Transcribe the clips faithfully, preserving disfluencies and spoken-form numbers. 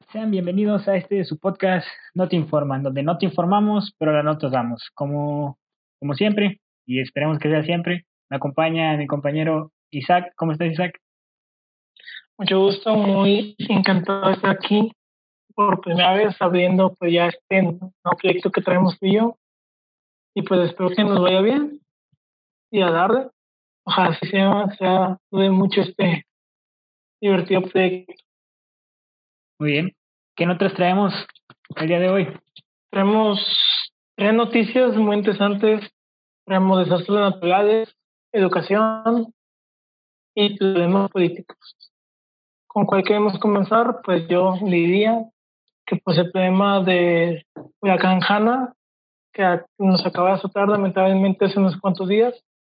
Sean bienvenidos a este su podcast No Te Informan, donde no te informamos, pero la nota damos. Como, como siempre, y esperemos que sea siempre, me acompaña mi compañero Isaac. ¿Cómo estás, Isaac? Mucho gusto, muy encantado de estar aquí por primera vez abriendo pues ya este nuevo proyecto que traemos tú y yo. Y pues espero que nos vaya bien y a darle. Ojalá sí sea, sea de mucho este divertido proyecto. Muy bien. ¿Qué notas traemos el día de hoy? Traemos tres noticias muy interesantes. Traemos desastres naturales, educación y problemas políticos. ¿Con cuál queremos comenzar? Pues yo diría que pues el problema de huracán Hanna que nos acaba de azotar lamentablemente hace unos cuantos días.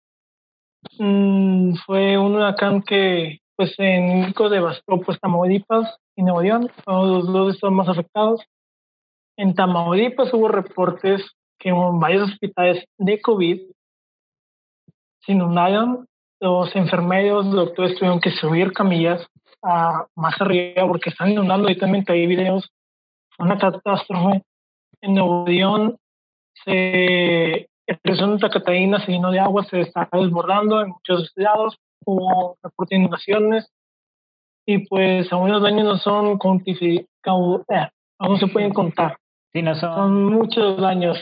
Mm, fue un huracán que pues en México devastó pues Tamaulipas y Nuevo León, fueron los dos estados más afectados. En Tamaulipas hubo reportes que en varios hospitales de COVID se inundaron, los enfermeros, los doctores tuvieron que subir camillas a más arriba porque están inundando, y también hay videos, fue una catástrofe. En Nuevo León se el Santa Catarina se llenó de agua, se está desbordando en muchos lados, hubo reporte de inundaciones y pues aún los daños no son cuantificados, eh, aún no se pueden contar, Sí, no son son. muchos daños.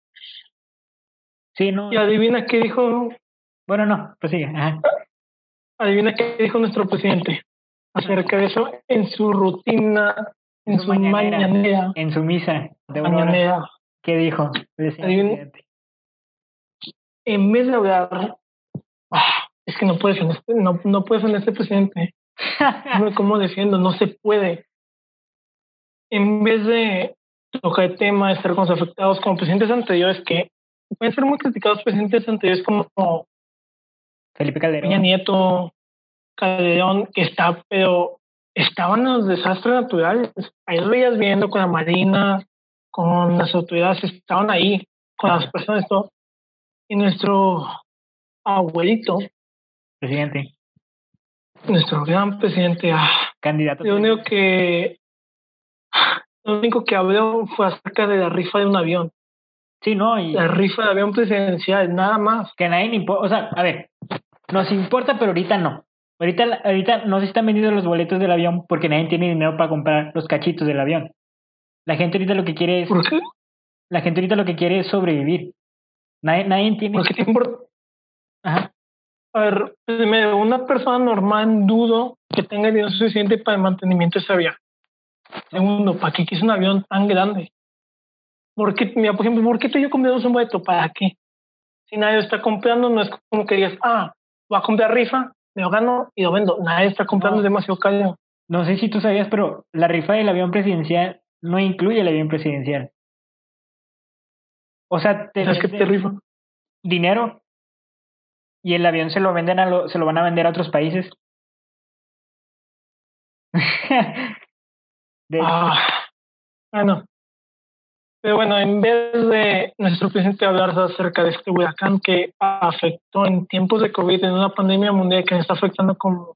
Sí, no. Y adivina qué dijo, Bueno, no, pues sigue. Ajá. adivina qué dijo nuestro presidente acerca de eso en su rutina, En en su su mañanera, mañanera, en su misa de Aurora, mañanera. ¿qué dijo el señor Adivina, presidente? en vez de hablar, ah, es que no puedes en este, no, no puedes en este presidente. No, ¿cómo defiendo? No se puede. En vez de tocar el tema de estar con los afectados como presidentes anteriores, que pueden ser muy criticados presidentes anteriores como, como Felipe Peña Calderón. Nieto, Calderón, que está, pero estaban en los desastres naturales. Ahí los veías viendo con la Marina, con las autoridades, estaban ahí, con las personas, todo. Y nuestro abuelito, Presidente. nuestro gran presidente, ah, Candidato lo único presidente. que lo único que habló fue acerca de la rifa de un avión. Sí, no, La y rifa de avión presidencial, nada más. que a nadie le importa. O sea, a ver, nos importa, pero ahorita no. Ahorita, ahorita no se están vendiendo los boletos del avión porque nadie tiene dinero para comprar los cachitos del avión. La gente ahorita lo que quiere es, ¿Por qué? la gente ahorita lo que quiere es sobrevivir. Nadie, nadie tiene. ¿Por qué te importa? Ajá. A ver, primero, una persona normal dudo que tenga dinero suficiente para el mantenimiento de ese avión. No, Segundo, ¿para qué quieres un avión tan grande? ¿Por qué, mira, por ejemplo, ¿por qué tú y yo compramos un boleto? ¿Para qué? Si nadie lo está comprando, no es como que digas, ah, voy a comprar rifa, me lo gano y lo vendo. Nadie está comprando, es no, demasiado caro. no sé si tú sabías, pero la rifa del avión presidencial no incluye el avión presidencial. O sea, te ¿Sabes qué te venden rifa? dinero y el avión se lo venden a lo, se lo van a vender a otros países. De hecho, Ah, bueno, pero bueno, en vez de nuestro presidente hablar acerca de este huracán que afectó en tiempos de COVID, en una pandemia mundial que nos está afectando como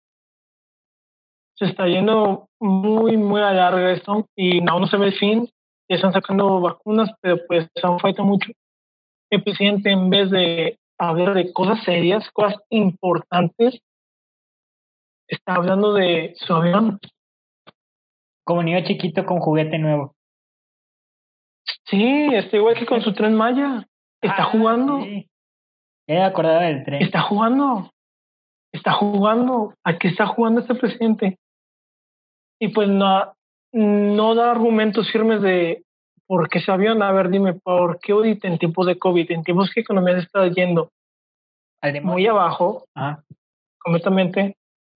se está yendo muy, muy a larga esto y aún no se ve el fin, ya están sacando vacunas, pero pues aún falta mucho. El presidente, en vez de hablar de cosas serias, cosas importantes, está hablando de su avión. como niño chiquito con juguete nuevo. Sí, está igual que con su tren Maya. Está Ah, jugando, sí. Ya me acordaba del tren. está jugando, está jugando. ¿A qué está jugando este presidente? Y pues no, no da argumentos firmes de por qué ese avión. A ver, dime, ¿por qué ahorita en tiempos de COVID, en tiempos que la economía se está yendo Al muy demonio. abajo, Ajá. completamente,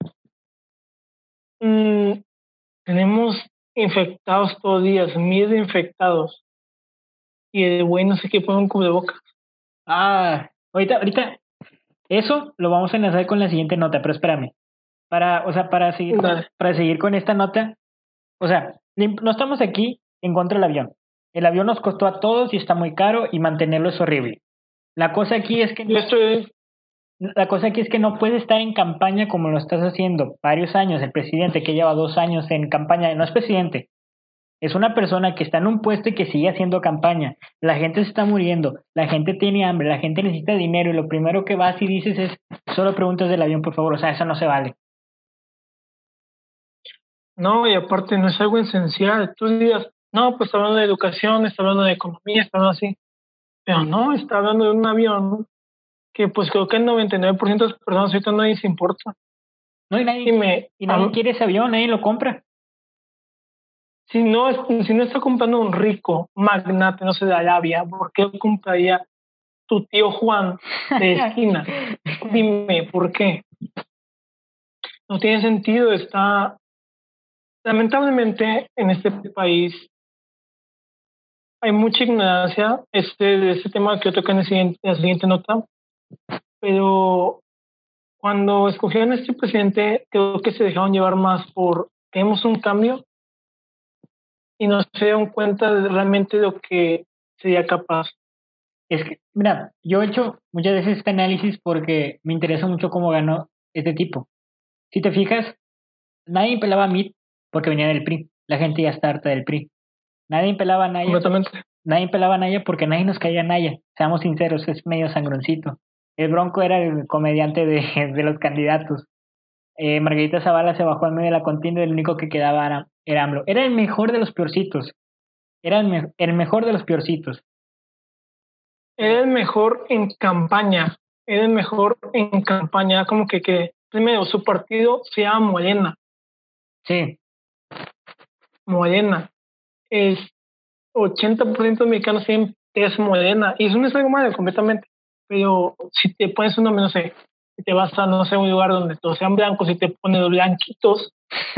mmm, tenemos infectados todos los días, miles de infectados, y el güey no sé qué pone un cubrebocas? Ah, ahorita, ahorita, eso lo vamos a enlazar con la siguiente nota, pero espérame. Para, o sea, para seguir con, Dale. para seguir con esta nota, o sea, lim- no estamos aquí en contra del avión. El avión nos costó a todos y está muy caro y mantenerlo es horrible. La cosa aquí es que Yo no, estoy, la cosa aquí es que no puedes estar en campaña como lo estás haciendo varios años. El presidente que lleva dos años en campaña, no es presidente, es una persona que está en un puesto y que sigue haciendo campaña. La gente se está muriendo, la gente tiene hambre, la gente necesita dinero y lo primero que vas y dices es, solo preguntas del avión, por favor. O sea, eso no se vale. No, y aparte no es algo esencial. Tú dirías, no, pues está hablando de educación, está hablando de economía, está hablando así. Pero no, está hablando de un avión que pues creo que el noventa y nueve por ciento de las personas ahorita nadie se importa. No, y Y nadie, me, y nadie am- quiere ese avión, nadie lo compra. si no es, si no está comprando un rico magnate, no sé, de Arabia, ¿por qué compraría tu tío Juan de esquina? Dime, ¿por qué? No tiene sentido. Está, lamentablemente, en este país hay mucha ignorancia este, de este tema que yo toco en, el siguiente, en la siguiente nota, pero cuando escogieron a este presidente, creo que se dejaron llevar más por queremos un cambio y no se dieron cuenta de realmente lo que sería capaz. Es que, mira, yo he hecho muchas veces este análisis porque me interesa mucho cómo ganó este tipo. Si te fijas, nadie pelaba a Meade porque venía del P R I. La gente ya está harta del P R I. Nadie pelaba a Naya, Completamente. nadie pelaba a Naya porque nadie nos caía a Naya. Seamos sinceros, es medio sangroncito. El Bronco era el comediante de, de los candidatos. Eh, Margarita Zavala se bajó en medio de la contienda y el único que quedaba era, era AMLO. Era el mejor de los peorcitos. Era el, me- el mejor de los peorcitos. Era el mejor en campaña. Era el mejor en campaña. Como que, que primero su partido se llama Morena. Sí, Morena. Es ochenta por ciento de mexicanos tienen tez morena. Y eso no es algo malo completamente. Pero si te pones un nombre, no sé, si te vas a, no sé, un lugar donde todos sean blancos y te pones blanquitos,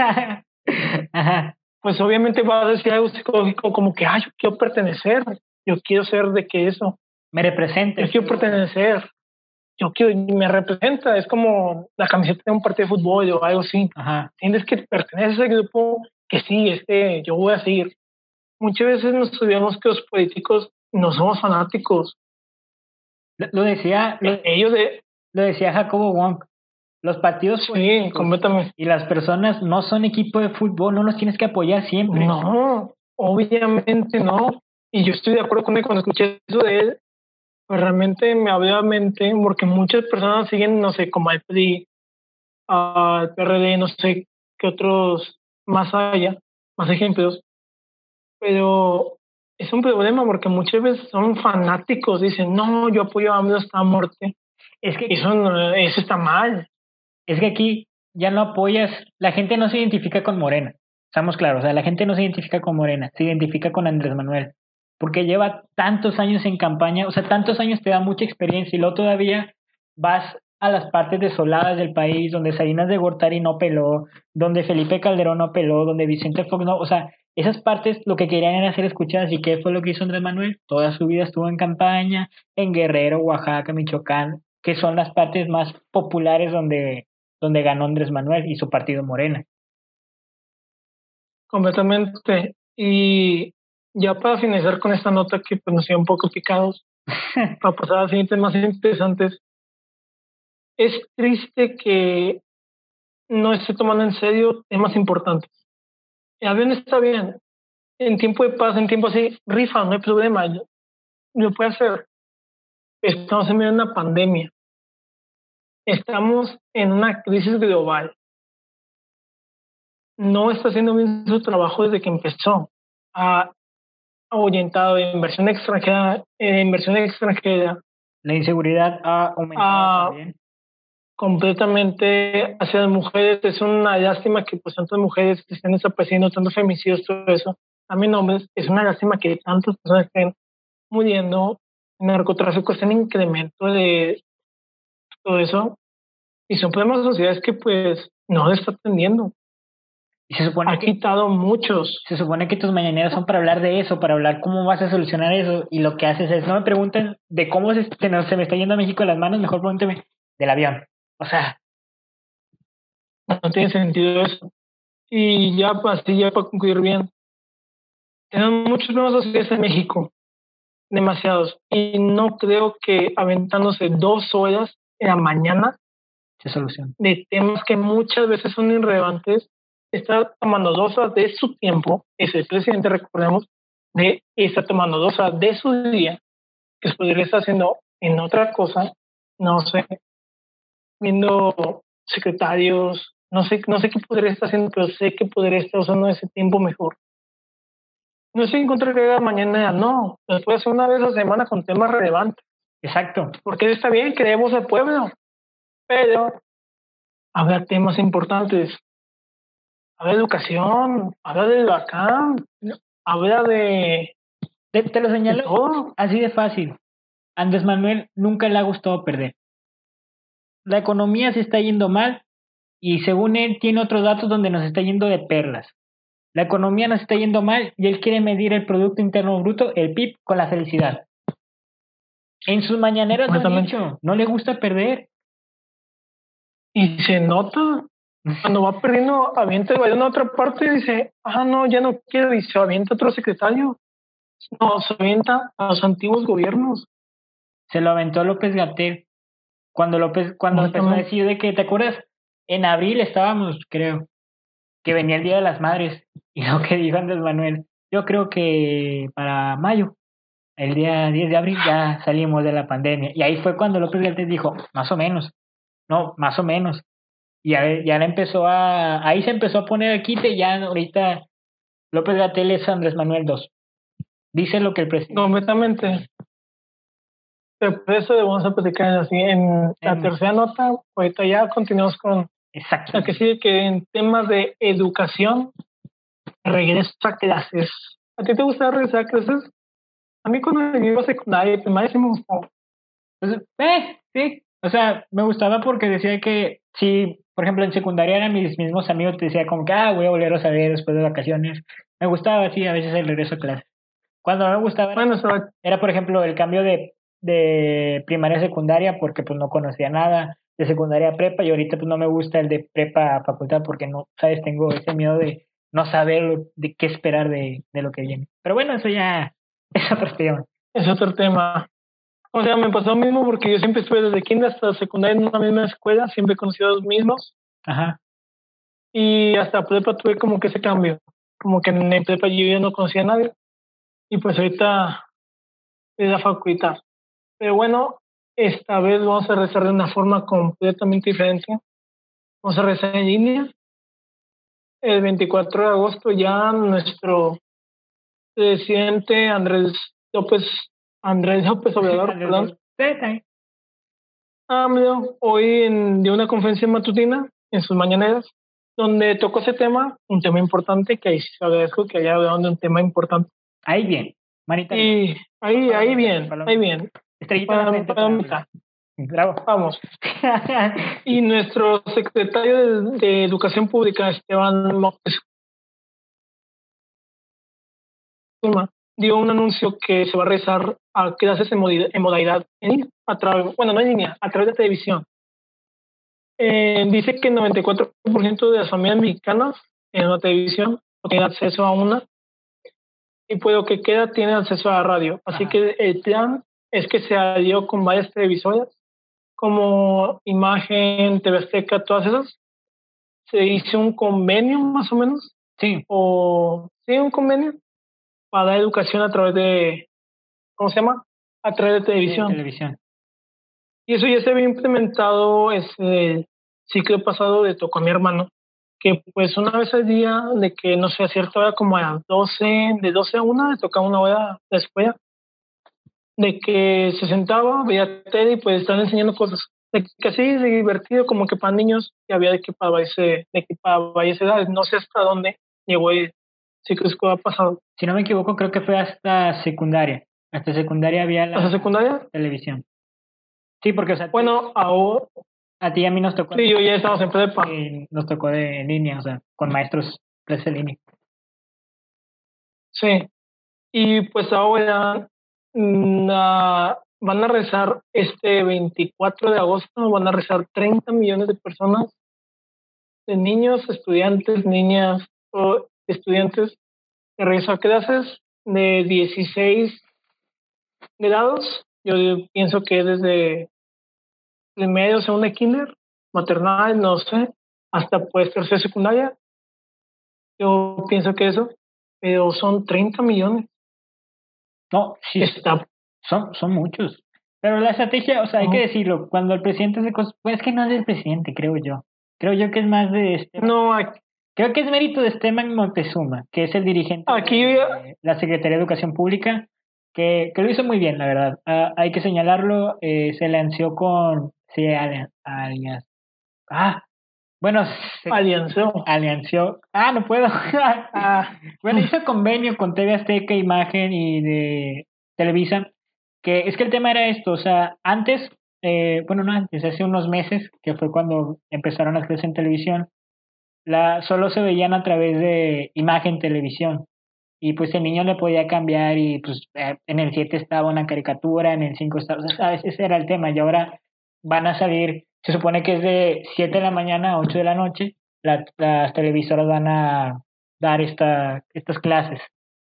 ajá, pues obviamente vas a decir algo psicológico como que, ah, yo quiero pertenecer. Yo quiero ser de que eso. me Yo representes. quiero pertenecer. Yo quiero, y me representa. Es como la camiseta de un partido de fútbol o algo así. Ajá. Sientes que perteneces a ese grupo que sí, este, yo voy a seguir. Muchas veces nos olvidamos que los políticos no somos fanáticos. Lo, lo decía, lo, Ellos de, lo decía Jacobo Wong. Los partidos sí, políticos completamente. y las personas no son equipo de fútbol, no los tienes que apoyar siempre. No, obviamente no. Y yo estoy de acuerdo con él cuando escuché eso de él. Pues realmente me abrió la mente porque muchas personas siguen, no sé, como al P R I, al P R D, no sé qué otros más haya, más ejemplos. Pero es un problema porque muchas veces son fanáticos, dicen, no, yo apoyo a AMLO hasta la muerte. Es que, Eso, no- eso está mal. es que aquí ya no apoyas, la gente no se identifica con Morena, estamos claros, o sea, la gente no se identifica con Morena, se identifica con Andrés Manuel, porque lleva tantos años en campaña, o sea, tantos años te da mucha experiencia y luego todavía vas a las partes desoladas del país, donde Salinas de Gortari no peló, donde Felipe Calderón no peló, donde Vicente Fox no, o sea, esas partes lo que querían era ser escuchadas. ¿Y qué fue lo que hizo Andrés Manuel? Toda su vida estuvo en campaña, en Guerrero, Oaxaca, Michoacán, que son las partes más populares donde donde ganó Andrés Manuel y su partido Morena. Completamente. Y ya para finalizar con esta nota que pues, nos dio un poco picados, para pasar a las siguientes más interesantes, es triste que no esté tomando en serio temas importantes. El avión está bien, en tiempo de paz, en tiempo así, rifa, no hay problema, lo puede hacer. Estamos en medio de una pandemia, estamos en una crisis global. No está haciendo bien su trabajo desde que empezó. Ha ahuyentado de inversión extranjera, eh, inversión extranjera, La inseguridad ha aumentado a también. completamente hacia las mujeres. Es una lástima que pues tantas mujeres estén desapareciendo, tantos femicidios, todo eso. También hombres, es una lástima que tantas personas estén muriendo. El narcotráfico está en incremento de todo eso. Y son problemas de sociedades que pues no le está atendiendo. Y se supone Ha que quitado muchos. se supone que tus mañaneras son para hablar de eso, para hablar cómo vas a solucionar eso, y lo que haces es, no me pregunten de cómo se, se, nos- se me está yendo a México de las manos, mejor pregúnteme del avión. O sea, No tiene sentido eso. Y ya pues, así, ya para concluir bien, tenemos muchos problemas sociales en México, demasiados. Y no creo que aventándose dos horas en la mañana ¿Qué solución? de temas que muchas veces son irrelevantes, está tomando dos horas de su tiempo, es el presidente, recordemos, de está tomando dos horas de su día, que podría estar haciendo en otra cosa, no sé, viendo secretarios, no sé, no sé qué podría estar haciendo, pero sé que podría estar usando ese tiempo mejor. No estoy en contra de que haga mañana, no, lo puede hacer una vez a la semana con temas relevantes, Exacto. porque está bien, queremos al pueblo, pero habrá temas importantes, habrá educación, habrá de acá, habrá de, Te, te lo de señalo todo. así de fácil. Andrés Manuel nunca le ha gustado perder. La economía se está yendo mal y según él tiene otros datos donde nos está yendo de perlas. La economía nos está yendo mal y él quiere medir el Producto Interno Bruto, el P I B, con la felicidad. En sus mañaneras lo ha Completamente. dicho, no le gusta perder. Y se nota, cuando va perdiendo, avienta el balón a otra parte y dice, ah, no, ya no quiero, y se avienta otro secretario. No, se avienta a los antiguos gobiernos. Se lo aventó López Gatell cuando López, cuando empezó a Completamente. decir de que, ¿te acuerdas? En abril estábamos, creo, que venía el Día de las Madres y lo que dijo Andrés Manuel, yo creo que para mayo, el día diez de abril ya salimos de la pandemia. Y ahí fue cuando López Gatell dijo, más o menos, no, más o menos. Y ya, ya la empezó a, ahí se empezó a poner el quite y ya ahorita López Gatell es Andrés Manuel dos. Dice lo que el presidente. Completamente. Pero por eso vamos a platicar así. En la En, tercera nota, ahorita ya continuamos con la que exactamente. sigue, que en temas de educación, regreso a clases. ¿A ti te gusta regresar a clases? A mí cuando iba a secundaria y primaria sí me gustaba. Pues, eh, sí. O sea, me gustaba porque decía que si, por ejemplo, en secundaria eran mis mismos amigos, te decía como que, ah, voy a volverlos a ver después de vacaciones. Me gustaba, sí, a veces el regreso a clase. Cuando no me gustaba era, Bueno, estaba era por ejemplo, el cambio de, de primaria a secundaria porque pues no conocía nada, de secundaria a prepa y ahorita pues no me gusta el de prepa a facultad porque no, sabes, tengo ese miedo de no saber lo- de qué esperar de, de lo que viene. Pero bueno, eso ya es otro tema. es otro tema. O sea, me pasó lo mismo porque yo siempre estuve desde kinder hasta secundaria en una misma escuela, siempre conocí a los mismos Ajá, y hasta prepa tuve como que ese cambio, como que en el prepa yo ya no conocía a nadie y pues ahorita es la facultad. Pero bueno, esta vez vamos a rezar de una forma completamente diferente. Vamos a rezar en línea. El veinticuatro de agosto ya nuestro presidente Andrés López, Andrés López Obrador, Andrés perdón, Manuel. Sí, está bien. AMLO hoy en, dio una conferencia matutina en sus mañaneras donde tocó ese tema, un tema importante, que ahí sí se agradezco que haya hablado de un tema importante. Ahí bien, manita arriba. Y ahí, ahí Palomita, bien, ahí palomita. bien, Estrellita en la para, frente para para AMLO. mitad. Bravo. Vamos. Y nuestro secretario de, de Educación Pública, Esteban López Zuma, dio un anuncio que se va a realizar a clases en, modalidad, en modalidad en línea, a través, bueno, no en línea, a través de televisión. Eh, dice que el noventa y cuatro por ciento de las familias mexicanas en la televisión no tienen acceso a una y pues lo que queda tiene acceso a la radio. Así Ajá. que el plan es que se alió con varias televisoras como Imagen, T V Azteca, todas esas. Se hizo un convenio más o menos, Sí, o sí, un convenio para dar educación a través de, ¿cómo se llama? A través de de televisión. televisión. Y eso ya se había implementado ese ciclo pasado de Tocó a mi hermano, que pues una vez al día, de que no sé, a cierta hora como a las doce, de doce a una, le tocaba una hora de escuela, de que se sentaba, veía tele y pues estaban enseñando cosas. De que así de divertido como que para niños y había de que para varias, de que para varias edades. No sé hasta dónde llegó el ciclo escolar pasado. Si no me equivoco, creo que fue hasta secundaria. Hasta secundaria había ¿Hasta la secundaria? televisión. Sí, porque o sea, a ti, Bueno, ahora a ti y a mí nos tocó, sí, yo ya estamos en prepa. eh, nos tocó de en línea, o sea, con maestros clases en línea. Sí. Y pues ahora mm, ah, van a rezar este veinticuatro de agosto, van a rezar treinta millones de personas, de niños, estudiantes, niñas o estudiantes de regreso a clases de dieciséis grados. Yo pienso que desde primero, segundo de kinder, maternal, no sé, hasta pues tercera secundaria. Yo pienso que eso, pero son treinta millones. No, sí, Está, son, son muchos. Pero la estrategia, o sea, hay que no, decirlo, cuando el presidente hace cosas, pues es que no es del presidente, creo yo. Creo yo que es más de Esteban. no, aquí, Creo que es mérito de Esteban Moctezuma, que es el dirigente aquí de la Secretaría de Educación Pública, que, que lo hizo muy bien, la verdad. Ah, hay que señalarlo, eh, se lanzó con, sí, alias, alias. Ah, bueno, se alianzó. alianció. Ah, no puedo. Ah, Bueno, hizo convenio con T V Azteca, Imagen y de Televisa, que es que el tema era esto, o sea, antes, eh, bueno, no antes, hace unos meses, que fue cuando empezaron las clases en televisión, la, solo se veían a través de Imagen Televisión. Y pues el niño le podía cambiar y pues eh, en el siete estaba una caricatura, en el cinco estaba, o sea, ¿sabes? Ese era el tema. Y ahora van a salir, se supone que es de siete de la mañana a ocho de la noche, la- las televisoras van a dar esta, estas clases.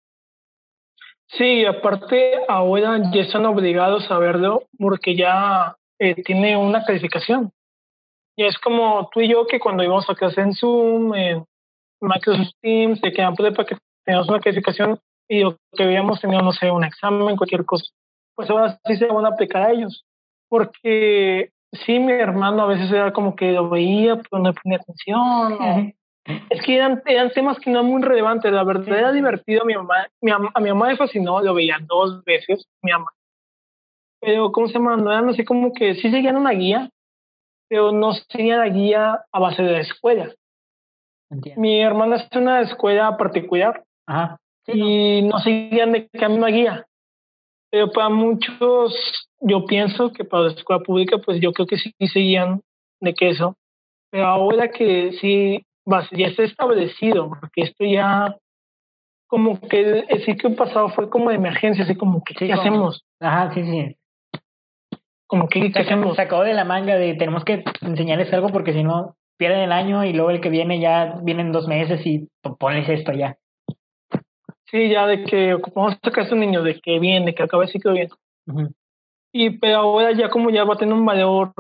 sí, aparte ahora ya están obligados a verlo porque ya eh, tiene una calificación. Y es como tú y yo que cuando íbamos a clase en Zoom, en Microsoft Teams, de que en prepa que teníamos una calificación y lo que habíamos tenido, no sé, un examen, cualquier cosa, pues ahora sí se van a aplicar a ellos. Porque sí, mi hermano a veces era como que lo veía, pero no ponía atención, o es que eran, eran temas que no eran muy relevantes. La verdad Sí, sí, era sí. divertido. Mi mamá, mi, am- a mi mamá le fascinó, lo veía dos veces, mi mamá. Pero, ¿cómo se llama? No eran así como que sí seguían una guía, pero no seguían la guía a base de la escuela. Entiendo. Mi hermana es una escuela particular Ajá. Sí, no. y no seguían de la misma guía. Pero para muchos, yo pienso que para la escuela pública, pues yo creo que sí seguían de queso. Pero ahora que sí, vas- ya está establecido, porque esto ya como que el, el ciclo pasado fue como de emergencia, así como que, Sí, ¿qué como. hacemos? Ajá, sí, sí. Como que, ¿qué Saca- hacemos? sacado de la manga de tenemos que enseñarles algo porque si no pierden el año y luego el que viene ya vienen dos meses y pues, ponles esto ya. Sí, ya de que ocupamos sacar a estos niños, de que bien, de que acaba el ciclo bien. Ujú. Y pero ahora ya como ya va a tener un valor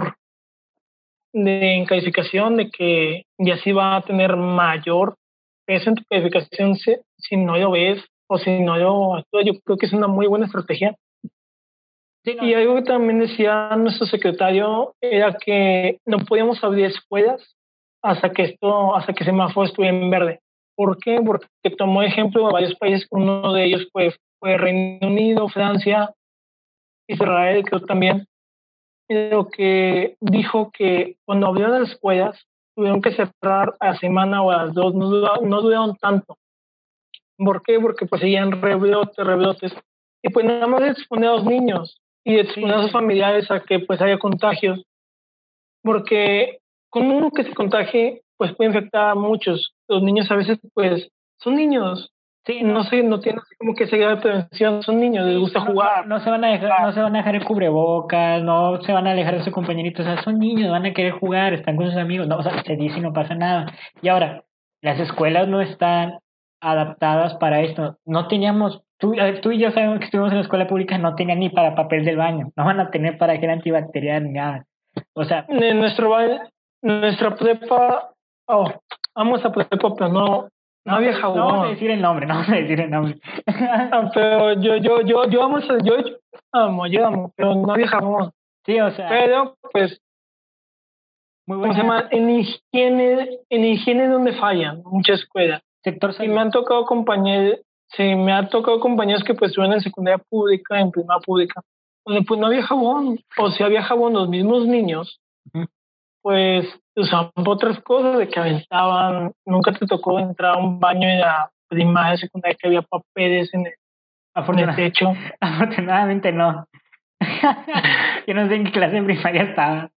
de en calificación, de que ya sí va a tener mayor peso en tu calificación si, si no lo ves o si no lo actúas, yo creo que es una muy buena estrategia. Sí, no, Y algo que también decía nuestro secretario era que no podíamos abrir escuelas hasta que esto, hasta que semáforo estuviera en verde. ¿Por qué? Porque tomó ejemplo de varios países, uno de ellos fue, fue Reino Unido, Francia, Israel, creo también, pero que dijo que cuando abrieron las escuelas tuvieron que cerrar a la semana o a las dos, no, dura- no duraron tanto. ¿Por qué? Porque pues seguían rebrotes, rebrotes. Y pues nada más exponer a los niños y exponer a sus sí, familiares a que pues haya contagios. Porque con uno que se contagie, pues puede infectar a muchos. Los niños a veces pues son niños. sí, No no, sé, no tienen así como que esa de prevención. Son niños, les sí, gusta no, no, jugar. no se van a dejar, no se van a dejar el cubrebocas, no se van a alejar de sus compañeritos, o sea, son niños, van a querer jugar, están con sus amigos, no, o sea, se dice y no pasa nada. Y ahora, las escuelas no están adaptadas para esto. No teníamos, tú, a ver, tú y yo sabemos que estuvimos en la escuela pública, no tenían ni para papel del baño, no van a tener para gel antibacterial ni nada. O sea, En nuestro, ba- nuestra prepa, oh, amo esa prepa, pero no, no no, había te- no vamos a jabón. decir el nombre, no vamos a decir el nombre. Ah, pero yo, yo, yo, yo amo, esa- yo amo, yo amo, pero no había jabón. Sí, o sea, Pero, pues, muy ¿cómo se buena llama? En higiene, en higiene es donde fallan muchas escuelas. sector Y me salud. han tocado compañeros, sí, me ha tocado compañeros que pues estuvieron en secundaria pública, en primaria pública, donde pues no había jabón, o si había jabón, los mismos niños Ujú. pues usaban otras cosas de que aventaban. Nunca te tocó entrar a un baño en la primaria, secundaria, que había papeles en el, en el Afortuna- techo. Afortunadamente no. Yo no sé en qué clase de primaria estaba.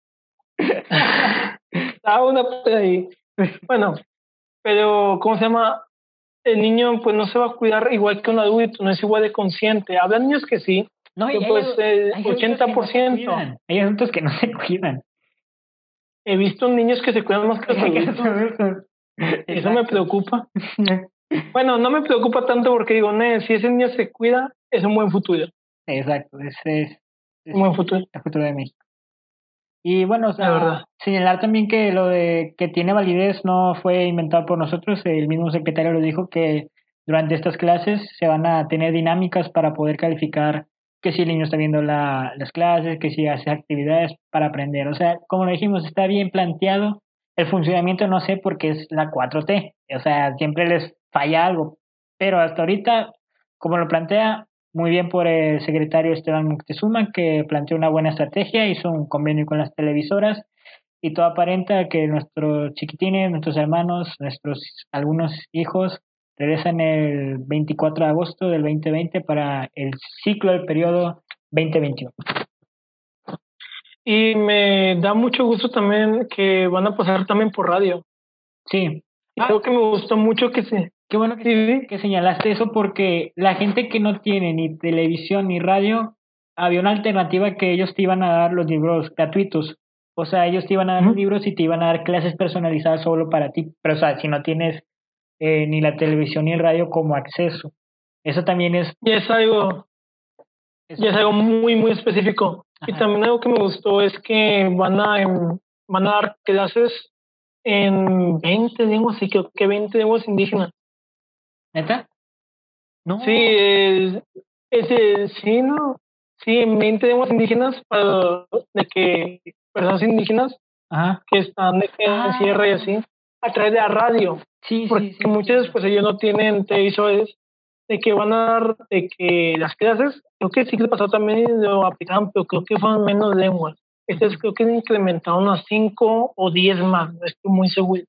Estaba una p- ahí. Bueno, pero ¿cómo se llama? El niño pues no se va a cuidar igual que un adulto, no es igual de consciente. Habrá niños que sí, No, y pero hay, pues adu- el hay adultos que ochenta no por se ciento cuidan. Hay adultos que no se cuidan. He visto niños que se cuidan más que los Que los adultos. adultos. Eso me Exacto. preocupa. Bueno, no me preocupa tanto porque digo, "Ne, si ese niño se cuida, es un buen futuro, Exacto. Ese es, es un buen futuro. el futuro de México. Y bueno, o la verdad. sea, señalar también que lo de que tiene validez no fue inventado por nosotros, el mismo secretario lo dijo que durante estas clases se van a tener dinámicas para poder calificar que si el niño está viendo la, las clases, que si hace actividades para aprender. O sea, como lo dijimos, está bien planteado. El funcionamiento no sé porque es la cuatro T, o sea, siempre les falla algo, pero hasta ahorita, como lo plantea, muy bien por el secretario Esteban Moctezuma, que planteó una buena estrategia, hizo un convenio con las televisoras y todo aparenta que nuestros chiquitines, nuestros hermanos, nuestros algunos hijos regresan el veinticuatro de agosto del dos mil veinte para el ciclo del periodo dos mil veintiuno. Y me da mucho gusto también que van a pasar también por radio. Sí. Y creo que me gustó mucho que se... Qué bueno que, Sí, que señalaste eso porque la gente que no tiene ni televisión ni radio, había una alternativa que ellos te iban a dar los libros gratuitos. O sea, ellos te iban a dar los ujú. libros y te iban a dar clases personalizadas solo para ti. Pero, o sea, si no tienes eh, ni la televisión ni el radio como acceso. Eso también es... Y es algo, Eso y es algo también, muy, muy específico. Y ajá. también algo que me gustó es que van a, em, van a dar clases en veinte lenguas, sí, creo que veinte lenguas indígenas. ¿Neta? Sí, No. es, ese, sí, no, sí, en veinte lenguas indígenas para de que personas indígenas Ajá. que están de que en sierra y Ah, así, a través de la radio, sí, porque sí, sí, muchos entiendo. pues ellos no tienen televisores, de que van a dar, de que las clases, creo que sí que pasó también lo aplicaban, pero creo que fueron menos lenguas. Estas Ujú. creo que incrementaron a cinco o diez más, no estoy muy seguro.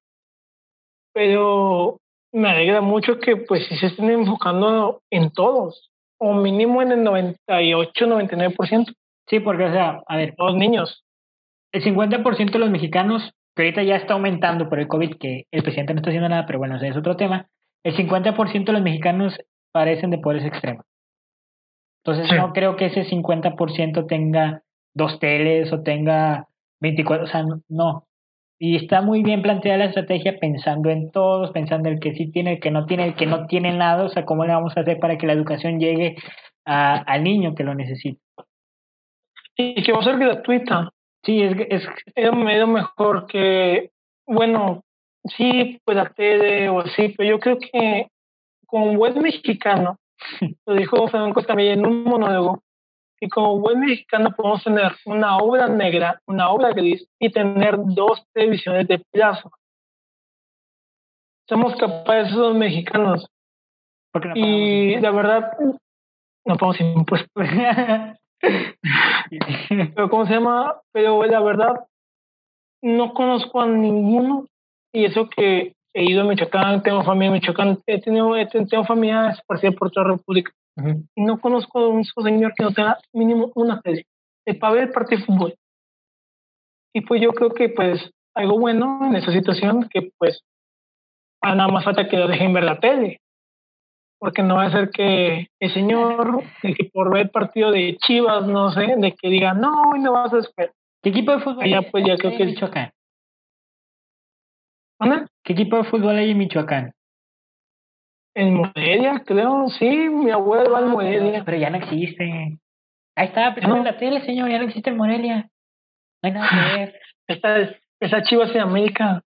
Pero me alegra mucho que pues sí se estén enfocando en todos, o mínimo en el noventa y ocho, noventa y nueve por ciento Sí, porque, o sea, a de ver, todos niños. el cincuenta por ciento de los mexicanos, que ahorita ya está aumentando por el COVID, que el presidente no está haciendo nada, pero bueno, ese es otro tema, el cincuenta por ciento de los mexicanos parecen de pobreza extrema. Entonces Sí. no creo que ese cincuenta por ciento tenga dos teles o tenga veinticuatro, o sea, no. no. Y está muy bien planteada la estrategia pensando en todos, pensando el que sí tiene, el que no tiene, el que no tiene nada, o sea, cómo le vamos a hacer para que la educación llegue a- al niño que lo necesita. Y que va a ser gratuita. Sí, es, es, Era medio mejor que, bueno, sí, pues la tele o así, pero yo creo que como buen mexicano, lo dijo Franco también en un monólogo, que como buen mexicano podemos tener una obra negra, una obra gris y tener dos televisiones de plazo. Somos capaces los mexicanos. porque no pagamos Y la impuestos. verdad, no pagamos impuestos. Pero ¿cómo se llama? Pero la verdad, no conozco a ninguno, y eso que he ido a Michoacán, tengo familia en Michoacán, he tenido, he tenido tengo familia esparcida por toda la República, Ujú. y no conozco a un solo señor que no tenga mínimo una tele, de para ver el partido de fútbol. Y pues yo creo que pues algo bueno en esa situación, que pues a nada más falta que lo dejen ver la tele, porque no va a ser que el señor, de que por ver partido de Chivas, no sé, de que diga, no, hoy no vas a esperar. ¿Qué equipo de fútbol Allá hay pues ya creo hay en que es, Michoacán? ¿anda? ¿Qué equipo de fútbol hay en Michoacán? En Morelia, creo, sí, mi abuelo va en Ah, pero, Morelia. pero ya no existe. Ahí está, Ya presión en no, la tele, señor, ya no existe en Morelia. No hay nada que ver. esta, esa Chivas de América,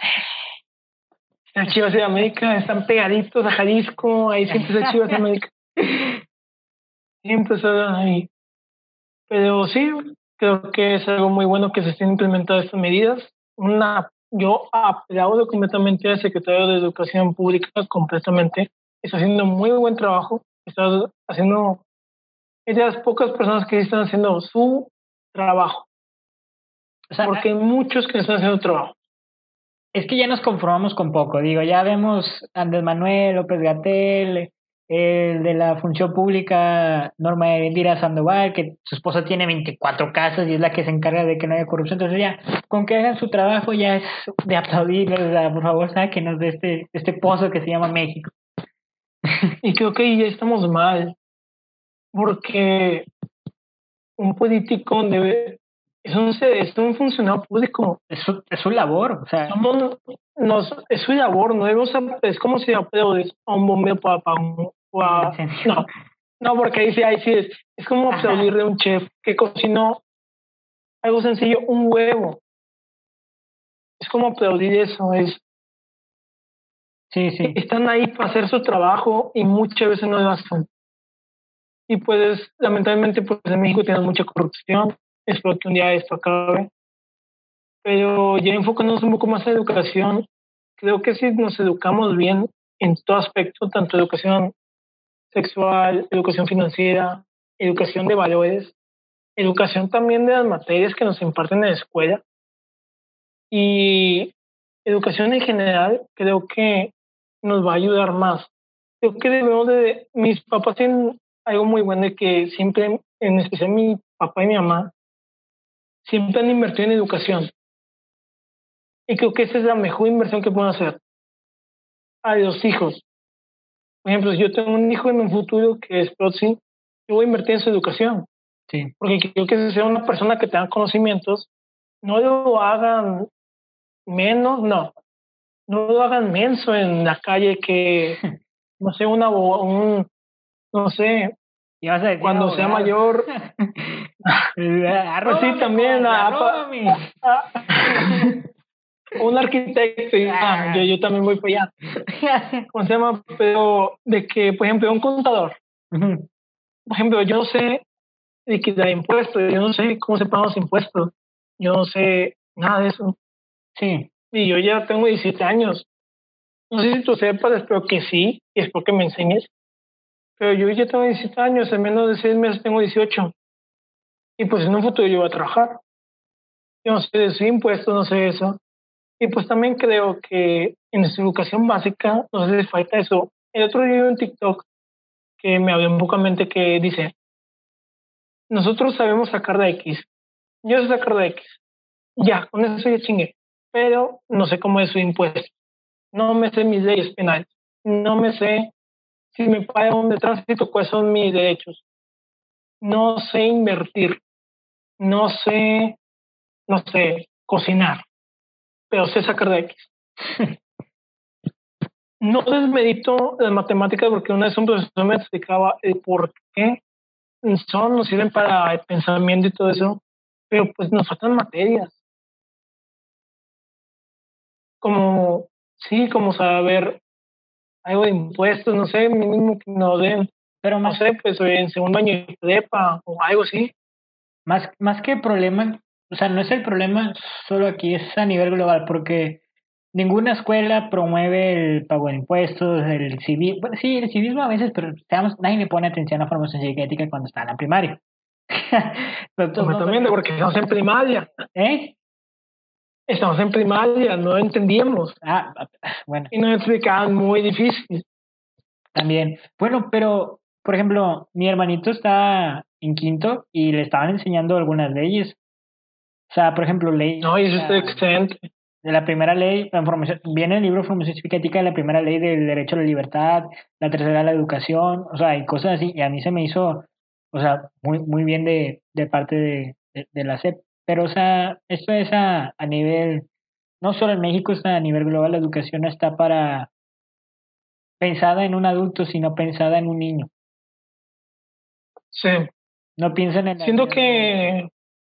esa Chivas de América, están pegaditos a Jalisco, ahí siempre es Chivas de América, siempre están ahí. Pero sí, creo que es algo muy bueno que se estén implementando estas medidas. Una, yo aplaudo completamente al secretario de Educación Pública, completamente. Está haciendo muy buen trabajo, está haciendo, es de las pocas personas que están haciendo su trabajo, O sea, porque hay muchos que no están haciendo trabajo. es que ya nos conformamos con poco. Digo, ya vemos a Andrés Manuel, López Gatell, el de la función pública, Norma Indira Sandoval, que su esposa tiene veinticuatro casas y es la que se encarga de que no haya corrupción. Entonces ya, con que hagan su trabajo ya es de aplaudirles, o sea, por favor, sáquenos de este, de este pozo que se llama México. Y creo que ya estamos mal, porque un político debe, es un, es un funcionario público. Es su, es su labor, o sea, Somos, nos, es su labor, no debemos, es como si aplaudes a un bombero para, para, un para- incendio. no, no, porque ahí sí, ahí sí es, es como Ajá. aplaudirle a un chef que cocinó algo sencillo, un huevo. Es como aplaudir eso, es, Sí, sí. están ahí para hacer su trabajo y muchas veces no lo hacen. Y pues, lamentablemente, pues en México tenemos mucha corrupción, espero que un día esto acabe, pero ya enfocándonos un poco más en educación, creo que si nos educamos bien en todo aspecto, tanto educación sexual, educación financiera, educación de valores, educación también de las materias que nos imparten en la escuela y educación en general, creo que nos va a ayudar más. Creo que debemos de, mis papás tienen algo muy bueno de que siempre, en especial mi papá y mi mamá, siempre han invertido en educación. Y creo que esa es la mejor inversión que pueden hacer a los hijos. Por ejemplo, si yo tengo un hijo en un futuro que es próximo, yo voy a invertir en su educación. Sí. Porque creo que si sea una persona que tenga conocimientos, no lo hagan menos, no. No lo hagan menso en la calle que, no sé, una, un, no sé, Y vas a decir cuando sea abogado. mayor, pues sí, Arróbame, también Juan, a, arróbame. a- un arquitecto, y, ah, yo, yo también voy para allá. ¿Cómo se llama? Pero de que, por ejemplo, un contador. Ujú. Por ejemplo, yo no sé liquidar impuestos, yo no sé cómo se pagan los impuestos, yo no sé nada de eso. Sí, Y yo ya tengo diecisiete años. No sé si tú sepas, espero que sí, y espero que me enseñes. Pero yo ya tengo diecisiete años, en menos de seis meses tengo dieciocho. Y pues en un futuro yo voy a trabajar. Yo no sé de sus impuestos, no sé eso. Y pues también creo que en nuestra educación básica nos hace falta eso. El otro día vi un TikTok que me abrió un poco la mente que dice, nosotros sabemos sacar de X. Yo sé sacar de X. Ya, con eso ya chingué. Pero no sé cómo es su impuesto. No me sé mis leyes penales. No me sé si me pagan un de tránsito, cuáles son mis derechos. No sé invertir. No sé, no sé, cocinar. Pero sé sacar de X. No desmedito las matemáticas porque una vez un profesor me explicaba el por qué son, nos sirven para el pensamiento y todo eso, pero pues nos faltan materias, como, sí, como saber algo de impuestos, no sé, mínimo que nos den, pero no más, sé, pues en segundo año de prepa o algo así. más, más que problema, o sea, no es el problema solo aquí, es a nivel global, porque ninguna escuela promueve el pago de impuestos, el civismo, bueno, sí, el civismo a veces, pero digamos, nadie le pone atención a formación cívica y ética cuando está en la primaria. Pero de todos modos, Completamente, porque estamos en primaria, ¿eh? estamos en primaria, no entendíamos Ah, bueno, y nos explicaban muy difícil. también. Bueno, pero, por ejemplo, mi hermanito está en quinto y le estaban enseñando algunas leyes. O sea, por ejemplo, ley No, y eso está la- excelente. de la primera ley, la formación- viene el libro Formación Cívica y Ética de la primera ley del derecho a la libertad, la tercera la educación, o sea, y cosas así. Y a mí se me hizo, o sea, muy, muy bien de, de parte de, de, de la S E P. Pero, o sea, esto es a, a nivel, no solo en México, es a nivel global, la educación no está para pensada en un adulto, sino pensada en un niño. Sí, No piensan en la siento vida de un adulto. que,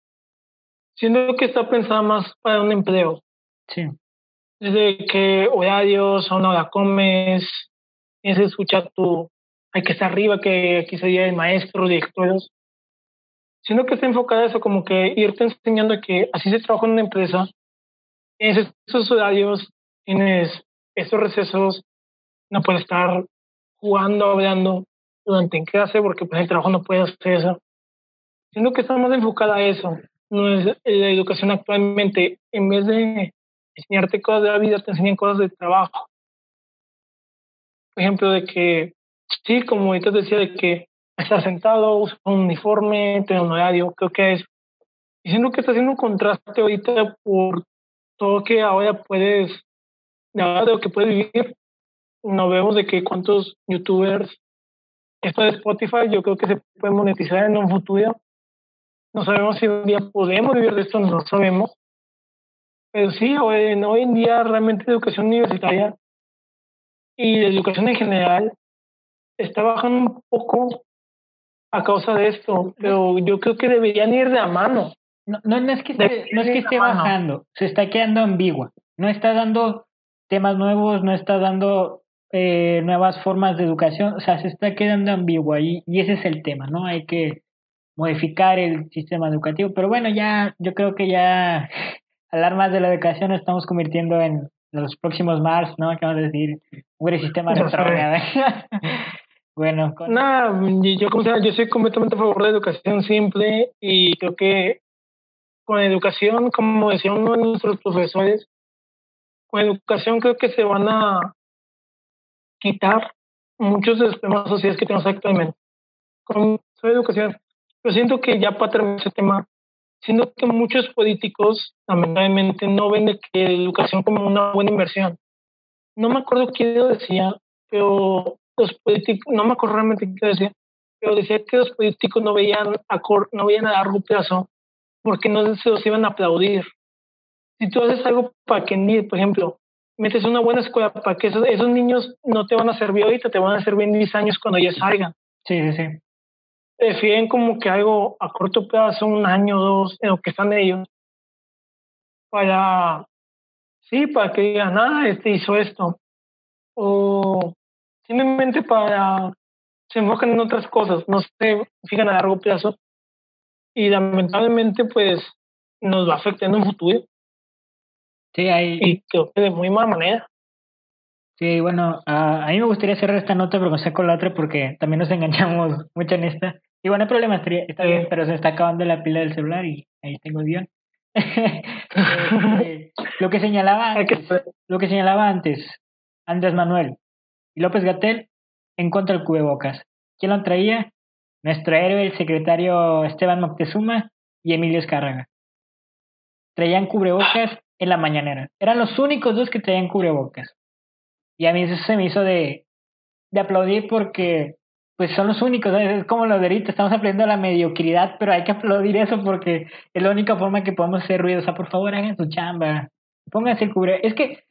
siento que está pensada más para un empleo. Sí, Desde que horarios, a una hora comes, tienes que escuchar tu, hay que estar arriba, que aquí sería el maestro, directores. Siento que está enfocada a eso, como que irte enseñando que así se trabaja en una empresa, tienes esos horarios, tienes estos recesos, no puedes estar jugando, hablando durante en clase, porque pues el trabajo no puede hacer eso. Siento que está más enfocada a eso. No es la educación actualmente, en vez de enseñarte cosas de la vida, te enseñan cosas de trabajo. Por ejemplo, de que, sí, como ahorita decía, de que estar sentado, usar un uniforme, tener un horario, creo que es. Y siento que está haciendo un contraste ahorita por todo que ahora puedes, de ahora de lo que puedes vivir. No vemos de que cuántos youtubers, esto de Spotify, yo creo que se puede monetizar en un futuro. No sabemos si un día podemos vivir de esto, no sabemos. Pero sí, hoy, en- hoy en día realmente la educación universitaria y la educación en general está bajando un poco a causa de esto, no es, pero yo creo que deberían ir de la mano. No, no, no es que de esté, no es que esté la mano. bajando, se está quedando ambigua. No está dando temas nuevos, no está dando eh, nuevas formas de educación, o sea, se está quedando ambigua y, y ese es el tema, ¿no? Hay que modificar el sistema educativo, pero bueno, ya, yo creo que ya hablar más de la educación nos estamos convirtiendo en los próximos Mars, ¿no? Acabamos de decir, un sistema Ya sé. retrógrado. Bueno, con, Nada, y yo, como sea, yo soy completamente a favor de la educación simple y creo que con educación, como decía uno de nuestros profesores, con educación creo que se van a quitar muchos de los problemas sociales que tenemos actualmente. Con su educación, yo siento que ya para terminar ese tema, siento que muchos políticos lamentablemente no ven de que la educación como una buena inversión. No me acuerdo quién lo decía, pero los políticos, no me acuerdo realmente quién lo decía, pero decía que los políticos no veían a, cor, no veían a largo plazo porque no se los iban a aplaudir. Si tú haces algo para que, ni, por ejemplo, metes una buena escuela para que esos, esos niños no te van a servir ahorita, te van a servir en diez años cuando ya salgan. sí, sí, sí. Prefieren como que algo a corto plazo, un año o dos, en lo que están ellos, para, sí, para que digan, ah, este hizo esto. O simplemente para, se enfocan en otras cosas, no se fijan a largo plazo. Y lamentablemente, pues, nos va a afectar en un futuro. Sí, hay, Y creo que de muy mala manera. sí, bueno, a, a mí me gustaría cerrar esta nota, pero comencé con la otra porque también nos enganchamos mucho en esta. Y bueno, no hay problema, estaría- está bien, Eh, pero se está acabando la pila del celular y ahí tengo el guión. Este, lo que señalaba hay que antes, lo que señalaba antes, Andrés Manuel y López Gatell en contra del cubrebocas. ¿Quién lo traía? Nuestro héroe, el secretario Esteban Moctezuma y Emilio Escárraga. Traían cubrebocas en la mañanera. Eran los únicos dos que traían cubrebocas. Y a mí eso se me hizo de, de aplaudir porque pues son los únicos, ¿sabes? Es como lo de ahorita, estamos aprendiendo la mediocridad, pero hay que aplaudir eso porque es la única forma que podemos hacer ruido. O sea, por favor, hagan su chamba, pónganse el cubre. Es que,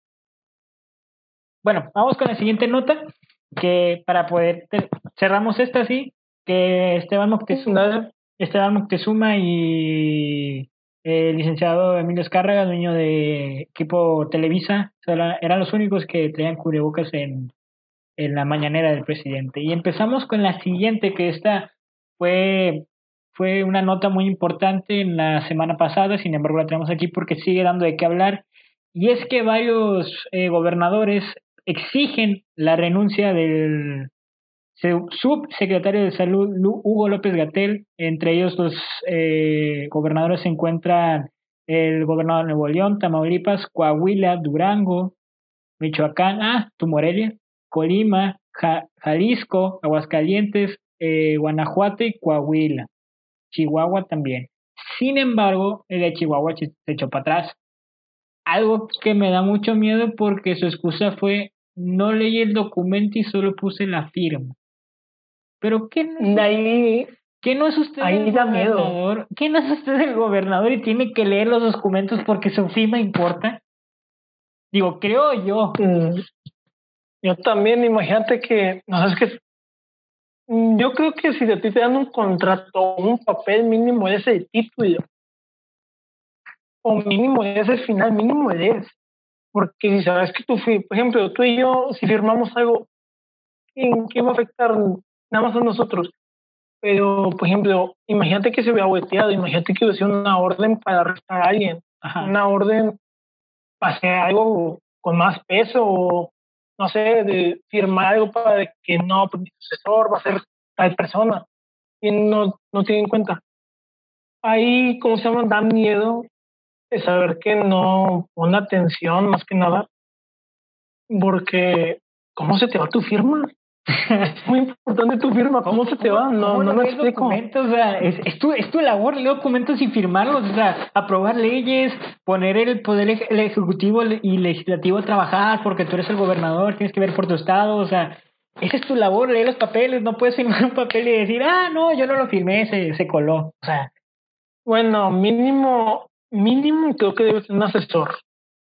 bueno, vamos con la siguiente nota, que para poder, te- cerramos esta así, que Esteban Moctezuma, Nada, Esteban Moctezuma y el licenciado Emilio Escárraga, dueño de equipo Televisa, o sea, era- eran los únicos que traían cubrebocas en en la mañanera del presidente. Y empezamos con la siguiente, que esta fue, fue una nota muy importante en la semana pasada, sin embargo la tenemos aquí porque sigue dando de qué hablar, y es que varios eh, gobernadores exigen la renuncia del se- subsecretario de Salud Lu- Hugo López Gatell. Entre ellos los eh, gobernadores se encuentran el gobernador de Nuevo León, Tamaulipas, Coahuila, Durango, Michoacán, ah, tu Morelia, Colima, Ja- Jalisco, Aguascalientes, eh, Guanajuato y Coahuila. Chihuahua también. Sin embargo, el de Chihuahua se se echó para atrás. Algo que me da mucho miedo porque su excusa fue no leí el documento y solo puse la firma. Pero ¿qué no es, de ahí, qué no es usted el ahí da miedo. gobernador? ¿Qué no es usted el gobernador y tiene que leer los documentos porque su firma importa? Digo, creo yo. Mm, yo también, imagínate que, no sé, es que mm, yo creo que si a ti te dan un contrato, un papel mínimo es el título, o mínimo es el final, mínimo es. Porque si sabes que tú, fi- por ejemplo, tú y yo, si firmamos algo, ¿en qué va a afectar? Nada más a nosotros. Pero, por ejemplo, imagínate que se hubiera volteado, imagínate que hubiese una orden para arrestar a alguien, Ajá. una orden para hacer algo con más peso, o no sé, de firmar algo para que no, pues mi sucesor va a ser tal persona, y no, no tiene en cuenta. Ahí, ¿cómo se llama? Da miedo de saber que no pone atención más que nada, porque ¿cómo se te va tu firma? Es muy importante tu firma, ¿cómo se ¿Cómo, te cómo, va? No, cómo no no me lees explico. documentos? O sea, es, es, tu, es tu labor leer documentos y firmarlos, o sea, aprobar leyes, poner el poder ej- el ejecutivo y legislativo a trabajar, porque tú eres el gobernador, tienes que ver por tu estado, o sea, esa es tu labor, leer los papeles, no puedes firmar un papel y decir, ah, no, yo no lo firmé, se, se coló. O sea, Bueno, mínimo, mínimo creo que debe ser un asesor,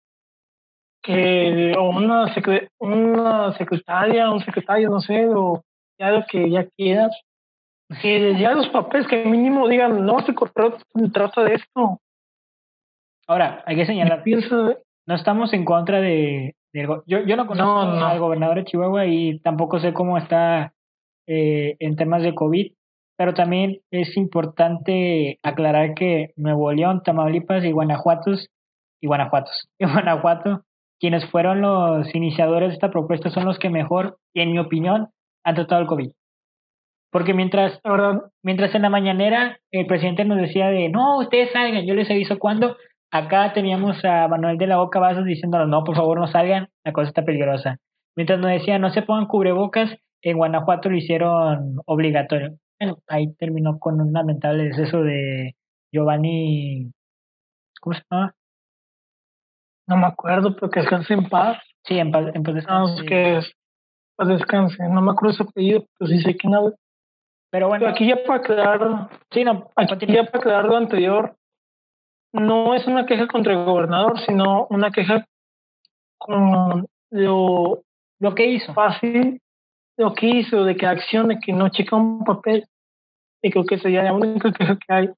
que, o una, secre- una secretaria, un secretario, no sé, o ya lo que ya quieras, que les lleguen los papeles, que mínimo digan, no, se cortó, se trata de esto. Ahora, hay que señalar, Piensa, no estamos en contra de... del go- yo, yo no conozco no, al no. gobernador de Chihuahua y tampoco sé cómo está eh, en temas de COVID, pero también es importante aclarar que Nuevo León, Tamaulipas y Guanajuato, y Guanajuatos, y Guanajuato, quienes fueron los iniciadores de esta propuesta son los que mejor, en mi opinión, han tratado el COVID. Porque mientras, La verdad, mientras en la mañanera el presidente nos decía de, no, ustedes salgan, yo les aviso cuándo, acá teníamos a Manuel de la Oca Vazos diciéndonos, no, por favor no salgan, la cosa está peligrosa. Mientras nos decía, no se pongan cubrebocas, en Guanajuato lo hicieron obligatorio. Bueno, ahí terminó con un lamentable deceso de Giovanni, ¿cómo se llama? no me acuerdo, pero que descanse en paz. Sí, en paz, en paz No, es descanse. que es, paz descanse. No me acuerdo su apellido, pero sí sé quién habla. Pero Pero bueno, aquí ya para aclarar, sí, no, aquí continúa. ya para aclarar lo anterior, no es una queja contra el gobernador, sino una queja con lo Lo que hizo. fácil, lo que hizo, de que accione, que no checa un papel. Y creo que sería la única queja que hay,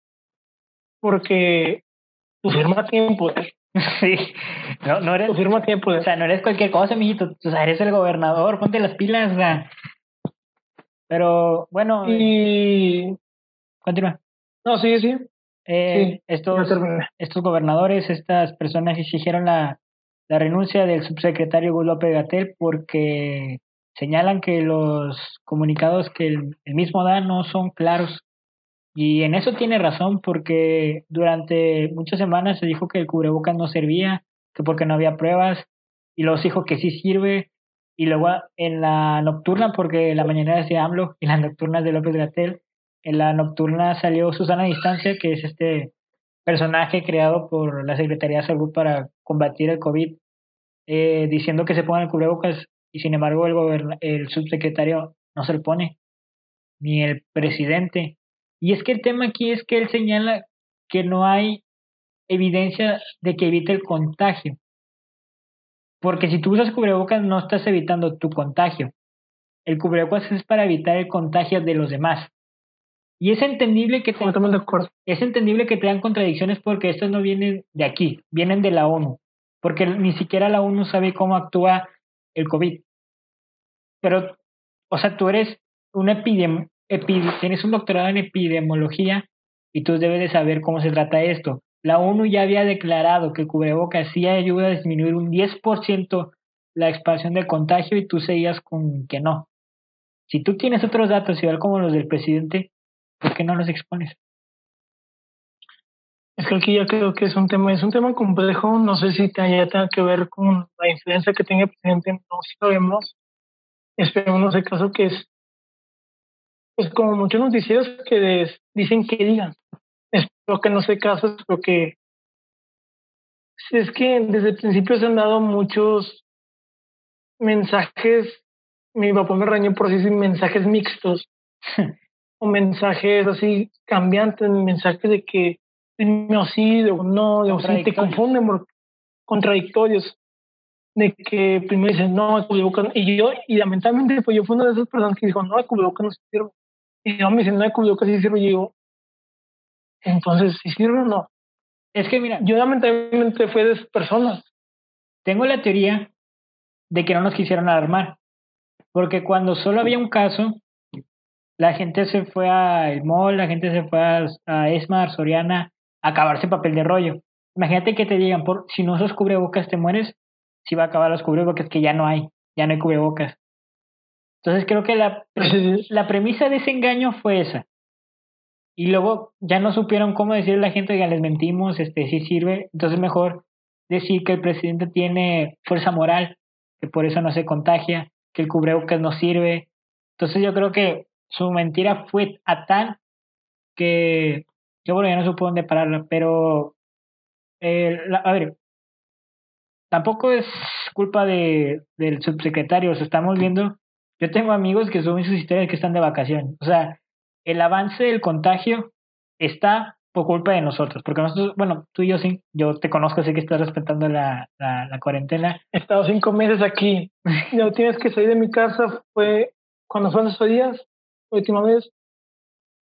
porque tu firma tiene poder. Sí, no, no Tu eres, firma tiene o poder. sea, no eres cualquier cosa, mijito, o sea, eres el gobernador, ponte las pilas, o sea, pero bueno, eh, Y continúa. no, sí, sí, Eh, sí, ya estos, terminé. estos gobernadores, estas personas exigieron la, la renuncia del subsecretario Hugo López Gatell porque señalan que los comunicados que el, el mismo da no son claros. Y en eso tiene razón, porque durante muchas semanas se dijo que el cubrebocas no servía, que porque no había pruebas, y luego se dijo que sí sirve, y luego en la nocturna, porque la mañana decía AMLO, y las nocturnas de López Gatell, en la nocturna salió Susana Distancia, que es este personaje creado por la Secretaría de Salud para combatir el COVID, eh, diciendo que se pongan el cubrebocas, y sin embargo el, goberna- el subsecretario no se lo pone ni el presidente. Y es que el tema aquí es que él señala que no hay evidencia de que evite el contagio, porque si tú usas cubrebocas no estás evitando tu contagio. El cubrebocas es para evitar el contagio de los demás. Y es entendible que te, Completamente de acuerdo. es entendible que tengan contradicciones porque estas no vienen de aquí, vienen de la ONU, porque ni siquiera la ONU sabe cómo actúa el COVID. Pero, o sea, tú eres un epidem epi tienes un doctorado en epidemiología y tú debes de saber cómo se trata esto. La ONU ya había declarado que el cubrebocas sí ayuda a disminuir un diez por ciento la expansión del contagio y tú seguías con que no. Si tú tienes otros datos igual como los del presidente, ¿por qué no los expones? Es que aquí ya creo que es un tema, es un tema complejo. No sé si te- ya tenga que ver con la influencia que tenga el presidente, no sabemos. Esperemos no sea el caso que es, pues como muchos noticieros que les dicen que digan. Espero que no sea el caso, espero que es que desde el principio se han dado muchos mensajes, mi papá me regañó por decir mensajes mixtos o mensajes así cambiantes, mensajes de que no sí, de no, de sí, te Contradictorios. confunden, por- contradictorios, de que primero dicen no, el cubrebocas, y yo, y lamentablemente, pues yo fui una de esas personas que dijo, no, el cubrebocas no sirve. Y yo me dicen, no, el cubrebocas sí sirve, y digo, entonces, ¿sí sirve o no? Es que mira, Yo lamentablemente fui de esas personas. tengo la teoría de que no nos quisieron alarmar, porque cuando solo había un caso, la gente se fue a El Mall, la gente se fue a, a Esmar, Soriana, a acabarse papel de rollo. Imagínate que te digan, por, si no usas cubrebocas te mueres, si va a acabar los cubrebocas, que ya no hay, ya no hay cubrebocas. Entonces creo que la, pre- la premisa de ese engaño fue esa. Y luego ya no supieron cómo decirle a la gente, que les mentimos, este sí sirve. Entonces mejor decir que el presidente tiene fuerza moral, que por eso no se contagia, que el cubrebocas no sirve. Entonces yo creo que su mentira fue a tan que, que bueno, ya no supo dónde pararla. Pero, eh, la- a ver, tampoco es culpa de, del subsecretario. O sea, estamos viendo, yo tengo amigos que suben sus historias que están de vacación. O sea, el avance del contagio está por culpa de nosotros, porque nosotros, bueno, tú y yo sí, yo te conozco, sé que estás respetando la, la, la cuarentena. He estado cinco meses aquí. La última vez que salí de mi casa fue cuando fueron esos días, la última vez.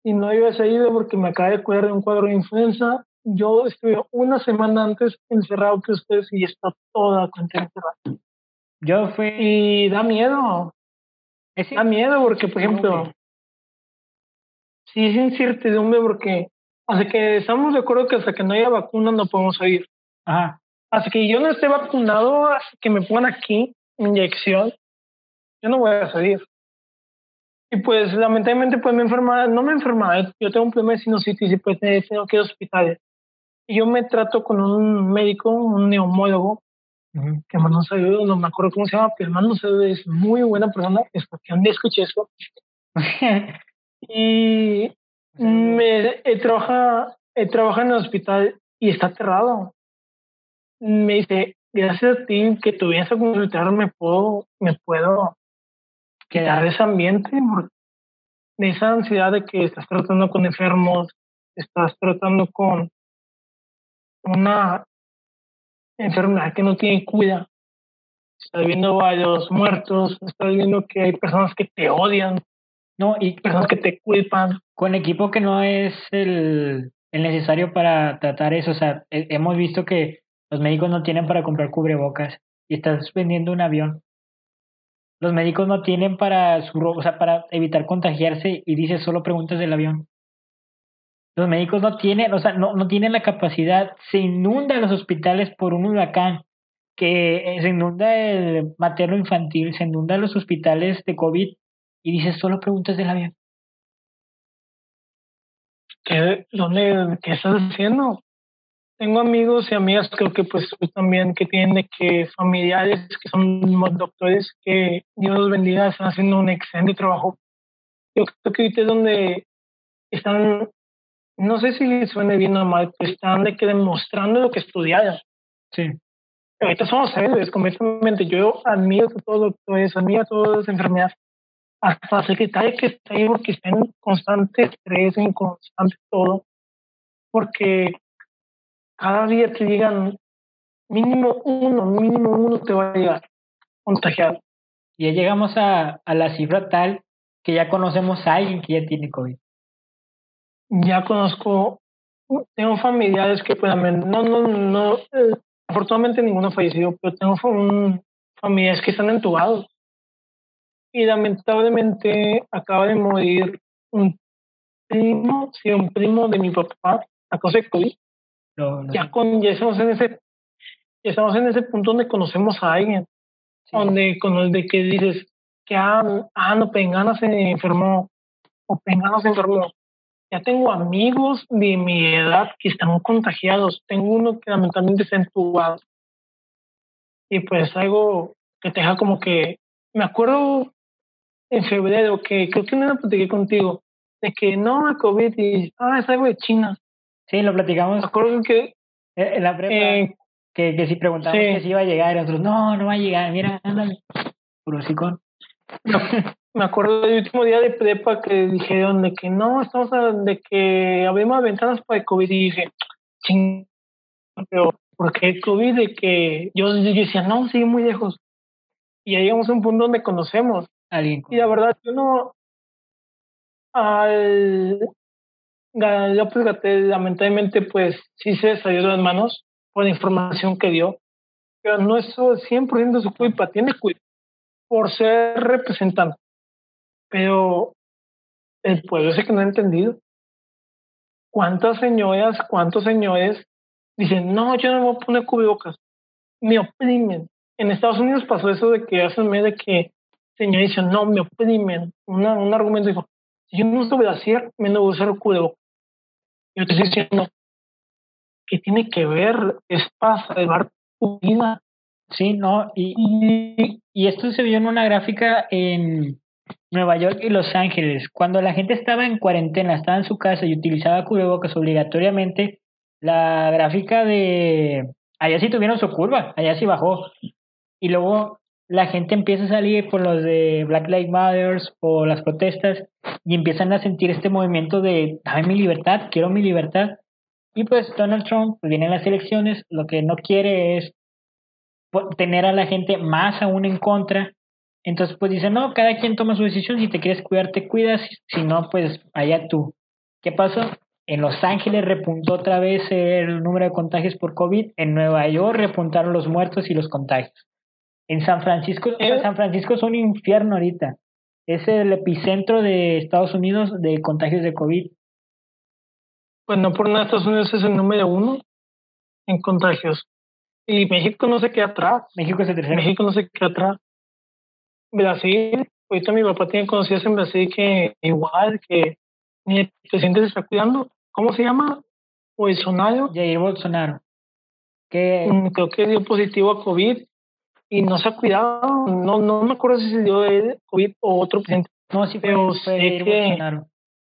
y no había salido porque me acabé de cuidar de un cuadro de influenza. Yo estuve una semana antes encerrado que ustedes y está toda cuenta encerrada. Yo fui... Y da miedo, Es da miedo porque, por ejemplo, sí es incertidumbre porque hasta que estamos de acuerdo que hasta que no haya vacuna no podemos salir. Ajá. Hasta que yo no esté vacunado, hasta que me pongan aquí inyección, yo no voy a salir. Y pues lamentablemente pues me enferma, no me enferma, yo tengo un problema de sinusitis y pues eh, tengo que ir a hospitales. Y yo me trato con un médico, un neumólogo, Uh-huh. que mando un saludo, no me acuerdo cómo se llama, pero mando un saludo, es muy buena persona, es porque un día escuché eso. Y me he trabaja, he trabajado en el hospital y está cerrado. Me dice, gracias a ti que tú vienes a consultar, me puedo, me puedo quitar de ese ambiente, de esa ansiedad de que estás tratando con enfermos, estás tratando con una enfermedad que no tiene cura, estás viendo varios muertos, estás viendo que hay personas que te odian, no, y personas que te culpan. Con equipo que no es el, el necesario para tratar eso, o sea, he- hemos visto que los médicos no tienen para comprar cubrebocas y estás vendiendo un avión. Los médicos no tienen para su, ro- o sea, para evitar contagiarse y dices solo preguntas del avión. Los médicos no tienen, o sea, no, no tienen la capacidad, se inundan los hospitales por un huracán, que eh, se inunda el materno infantil, se inundan los hospitales de COVID y dices solo preguntas del avión. ¿Qué, dónde, ¿Qué estás haciendo? Tengo amigos y amigas, creo que pues tú también, que tienen de que familiares que son doctores, que Dios los bendiga, están haciendo un excelente trabajo. Yo creo que ahorita es donde están, no sé si suene bien o mal, pero están de que demostrando lo que estudiaron. Sí. Ahorita somos héroes completamente. Yo admiro a todos los doctores, admiro a todas las enfermedades, hasta la secretaria que está ahí porque está en constante estrés, en constante todo, porque cada día te digan mínimo uno, mínimo uno te va a llegar contagiado. Y ya llegamos a, a la cifra tal que ya conocemos a alguien que ya tiene COVID. Ya conozco, tengo familiares que pues no, no, no, eh, afortunadamente ninguno ha fallecido, pero tengo un, familiares que están entubados y lamentablemente acaba de morir un primo, sí, un primo de mi papá a causa de COVID. Lo, lo Ya, siento. con, ya, estamos en ese, ya estamos en ese punto donde conocemos a alguien, Sí. donde con el de que dices que ah, ah no, Pengana se enfermó o Pengana se enfermó. Ya tengo amigos de mi edad que están contagiados. Tengo uno que lamentablemente está entubado. Y pues algo que te deja como que, me acuerdo en febrero que creo que no lo platiqué contigo, de que no, el COVID y, ah, es algo de China. Sí, lo platicamos Me acuerdo que, en la prepa, eh, que, que si preguntamos que si sí, iba a llegar, y nosotros, no, no va a llegar, mira, ándale, puro hocicón. me, me acuerdo del último día de prepa que dijeron de que no, estamos a, de que abrimos ventanas para el COVID y dije, ching, pero ¿por qué el COVID? De que yo, yo decía, no, sigue muy lejos. Y ya llegamos a un punto donde conocemos. Alguien Y la con... verdad, yo no, al Ga- López Gatell, lamentablemente, pues sí se salió de las manos por la información que dio, pero no es su- cien por ciento su culpa, tiene culpa por ser representante, pero el pueblo es el que no ha entendido. ¿Cuántas señoras, cuántos señores dicen, no, yo no me voy a poner cubrebocas? Me oprimen. En Estados Unidos pasó eso de que hace un mes de que señores dicen, no, me oprimen. Una, un argumento dijo, si yo no uso brasier, me no voy a usar el cubrebocas. Yo te estoy diciendo, ¿qué tiene que ver? Es para salvar tu vida. Sí, no, y, Y y esto se vio en una gráfica en Nueva York y Los Ángeles. Cuando la gente estaba en cuarentena, estaba en su casa y utilizaba cubrebocas obligatoriamente, la gráfica de... Allá sí tuvieron su curva, allá sí bajó. Y luego la gente empieza a salir por los de Black Lives Matter o las protestas y empiezan a sentir este movimiento de dame mi libertad, quiero mi libertad. Y pues Donald Trump, pues vienen las elecciones, lo que no quiere es po- tener a la gente más aún en contra. Entonces pues dice, no, cada quien toma su decisión, si te quieres cuidar, te cuidas, si no, pues allá tú. ¿Qué pasó? En Los Ángeles repuntó otra vez el número de contagios por COVID. En Nueva York repuntaron los muertos y los contagios. En San Francisco, o sea, Eh, San Francisco es un infierno ahorita. Es el epicentro de Estados Unidos de contagios de COVID. pues no por nada Estados Unidos es el número uno en contagios. Y México no se queda atrás. México es el tercero. México no se queda atrás. Brasil, ahorita mi papá tiene conocidos en Brasil que igual, que ni el presidente se está cuidando. ¿Cómo se llama? Bolsonaro. Jair Bolsonaro. Que Mm, creo que dio positivo a COVID y no se ha cuidado. No, no me acuerdo si se dio de COVID o otro presidente, no, sí fue, pero fue sé Jair que Bolsonaro.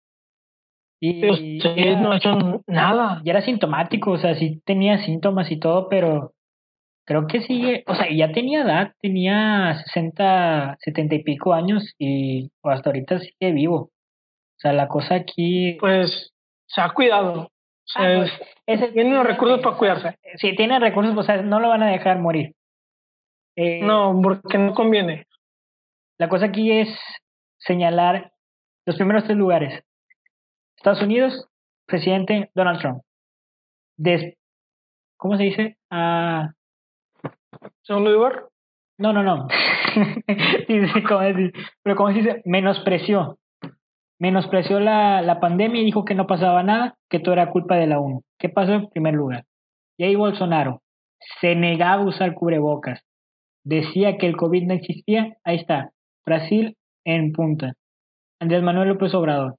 pero Y sé que no ha era, hecho nada. ya era sintomático, o sea, sí tenía síntomas y todo, pero creo que sigue, o sea, ya tenía edad, tenía sesenta setenta y pico años y hasta ahorita sigue vivo. O sea, la cosa aquí, Pues se ha cuidado. O ah, sea, pues, es- ese tiene los recursos para cuidarse. si tiene recursos, o sea, no lo van a dejar morir. Eh, No, porque no conviene. la cosa aquí es señalar los primeros tres lugares. Estados Unidos, presidente Donald Trump. Des- ¿Cómo se dice? Ah, Segundo lugar, no, no, no. Sí, sí, ¿cómo decir? Pero ¿cómo se dice? Menospreció. Menospreció la, la pandemia y dijo que no pasaba nada, que todo era culpa de la ONU. ¿Qué pasó en primer lugar? Jair Bolsonaro se negaba a usar cubrebocas. Decía que el COVID no existía. Ahí está. Brasil en punta. Andrés Manuel López Obrador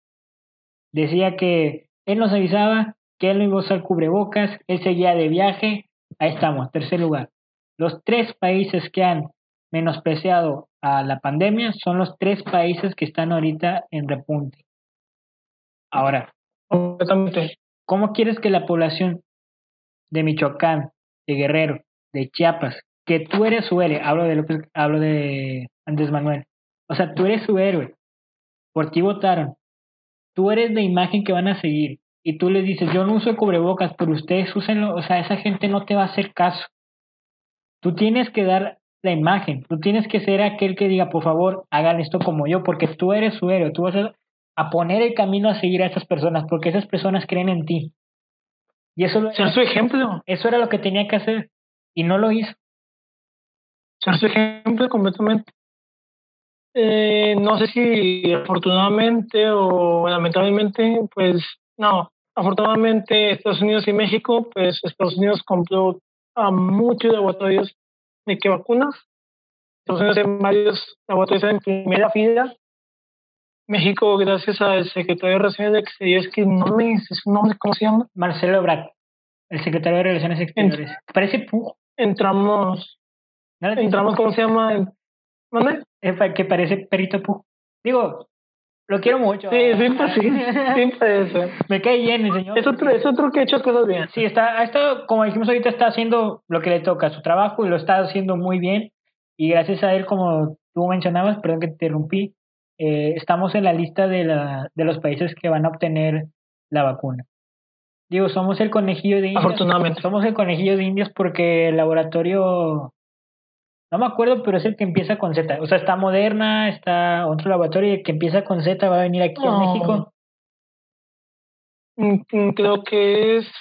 decía que él nos avisaba que él no iba a usar cubrebocas, él seguía de viaje. Ahí estamos, tercer lugar. Los tres países que han menospreciado a la pandemia son los tres países que están ahorita en repunte. Ahora, completamente. ¿cómo quieres que la población de Michoacán, de Guerrero, de Chiapas, que tú eres su héroe, hablo de López, hablo de Andrés Manuel, o sea, tú eres su héroe, por ti votaron, tú eres la imagen que van a seguir y tú les dices, yo no uso cubrebocas, pero ustedes úsenlo, o sea, esa gente no te va a hacer caso. Tú tienes que dar la imagen, tú tienes que ser aquel que diga, por favor, hagan esto como yo, porque tú eres su héroe, tú vas a, a poner el camino a seguir a esas personas, porque esas personas creen en ti. Y eso, Ser su ejemplo. eso era lo que tenía que hacer y no lo hizo. Ser su ejemplo completamente. Eh, no sé si afortunadamente o lamentablemente, pues no. Afortunadamente Estados Unidos y México, pues Estados Unidos compró a muchos laboratorios de qué vacunas. Estados Unidos en varios laboratorios en primera fila. México, gracias al secretario de Relaciones Exteriores, que no me dice su nombre, ¿cómo se llama? Marcelo Ebrard, el secretario de Relaciones Exteriores. Parece pujo. Entramos, ¿No le dice? entramos, ¿cómo se llama? ¿Dónde? Es pa- que parece perito pujo. Digo, lo quiero mucho. Sí, sí, pues sí, sí, pues eso. Me cae bien el señor. Es otro, es otro que ha hecho cosas bien. Sí, está, ha estado, como dijimos ahorita, está haciendo lo que le toca, su trabajo, y lo está haciendo muy bien. Y gracias a él, como tú mencionabas, perdón que te interrumpí, eh, estamos en la lista de, la, de los países que van a obtener la vacuna. Digo, somos el conejillo de Indias. Afortunadamente. Somos el conejillo de Indias porque el laboratorio, no me acuerdo, pero es el que empieza con Z. O sea, está Moderna, está otro laboratorio y el que empieza con Z va a venir aquí a No, México. mm, mm, creo que es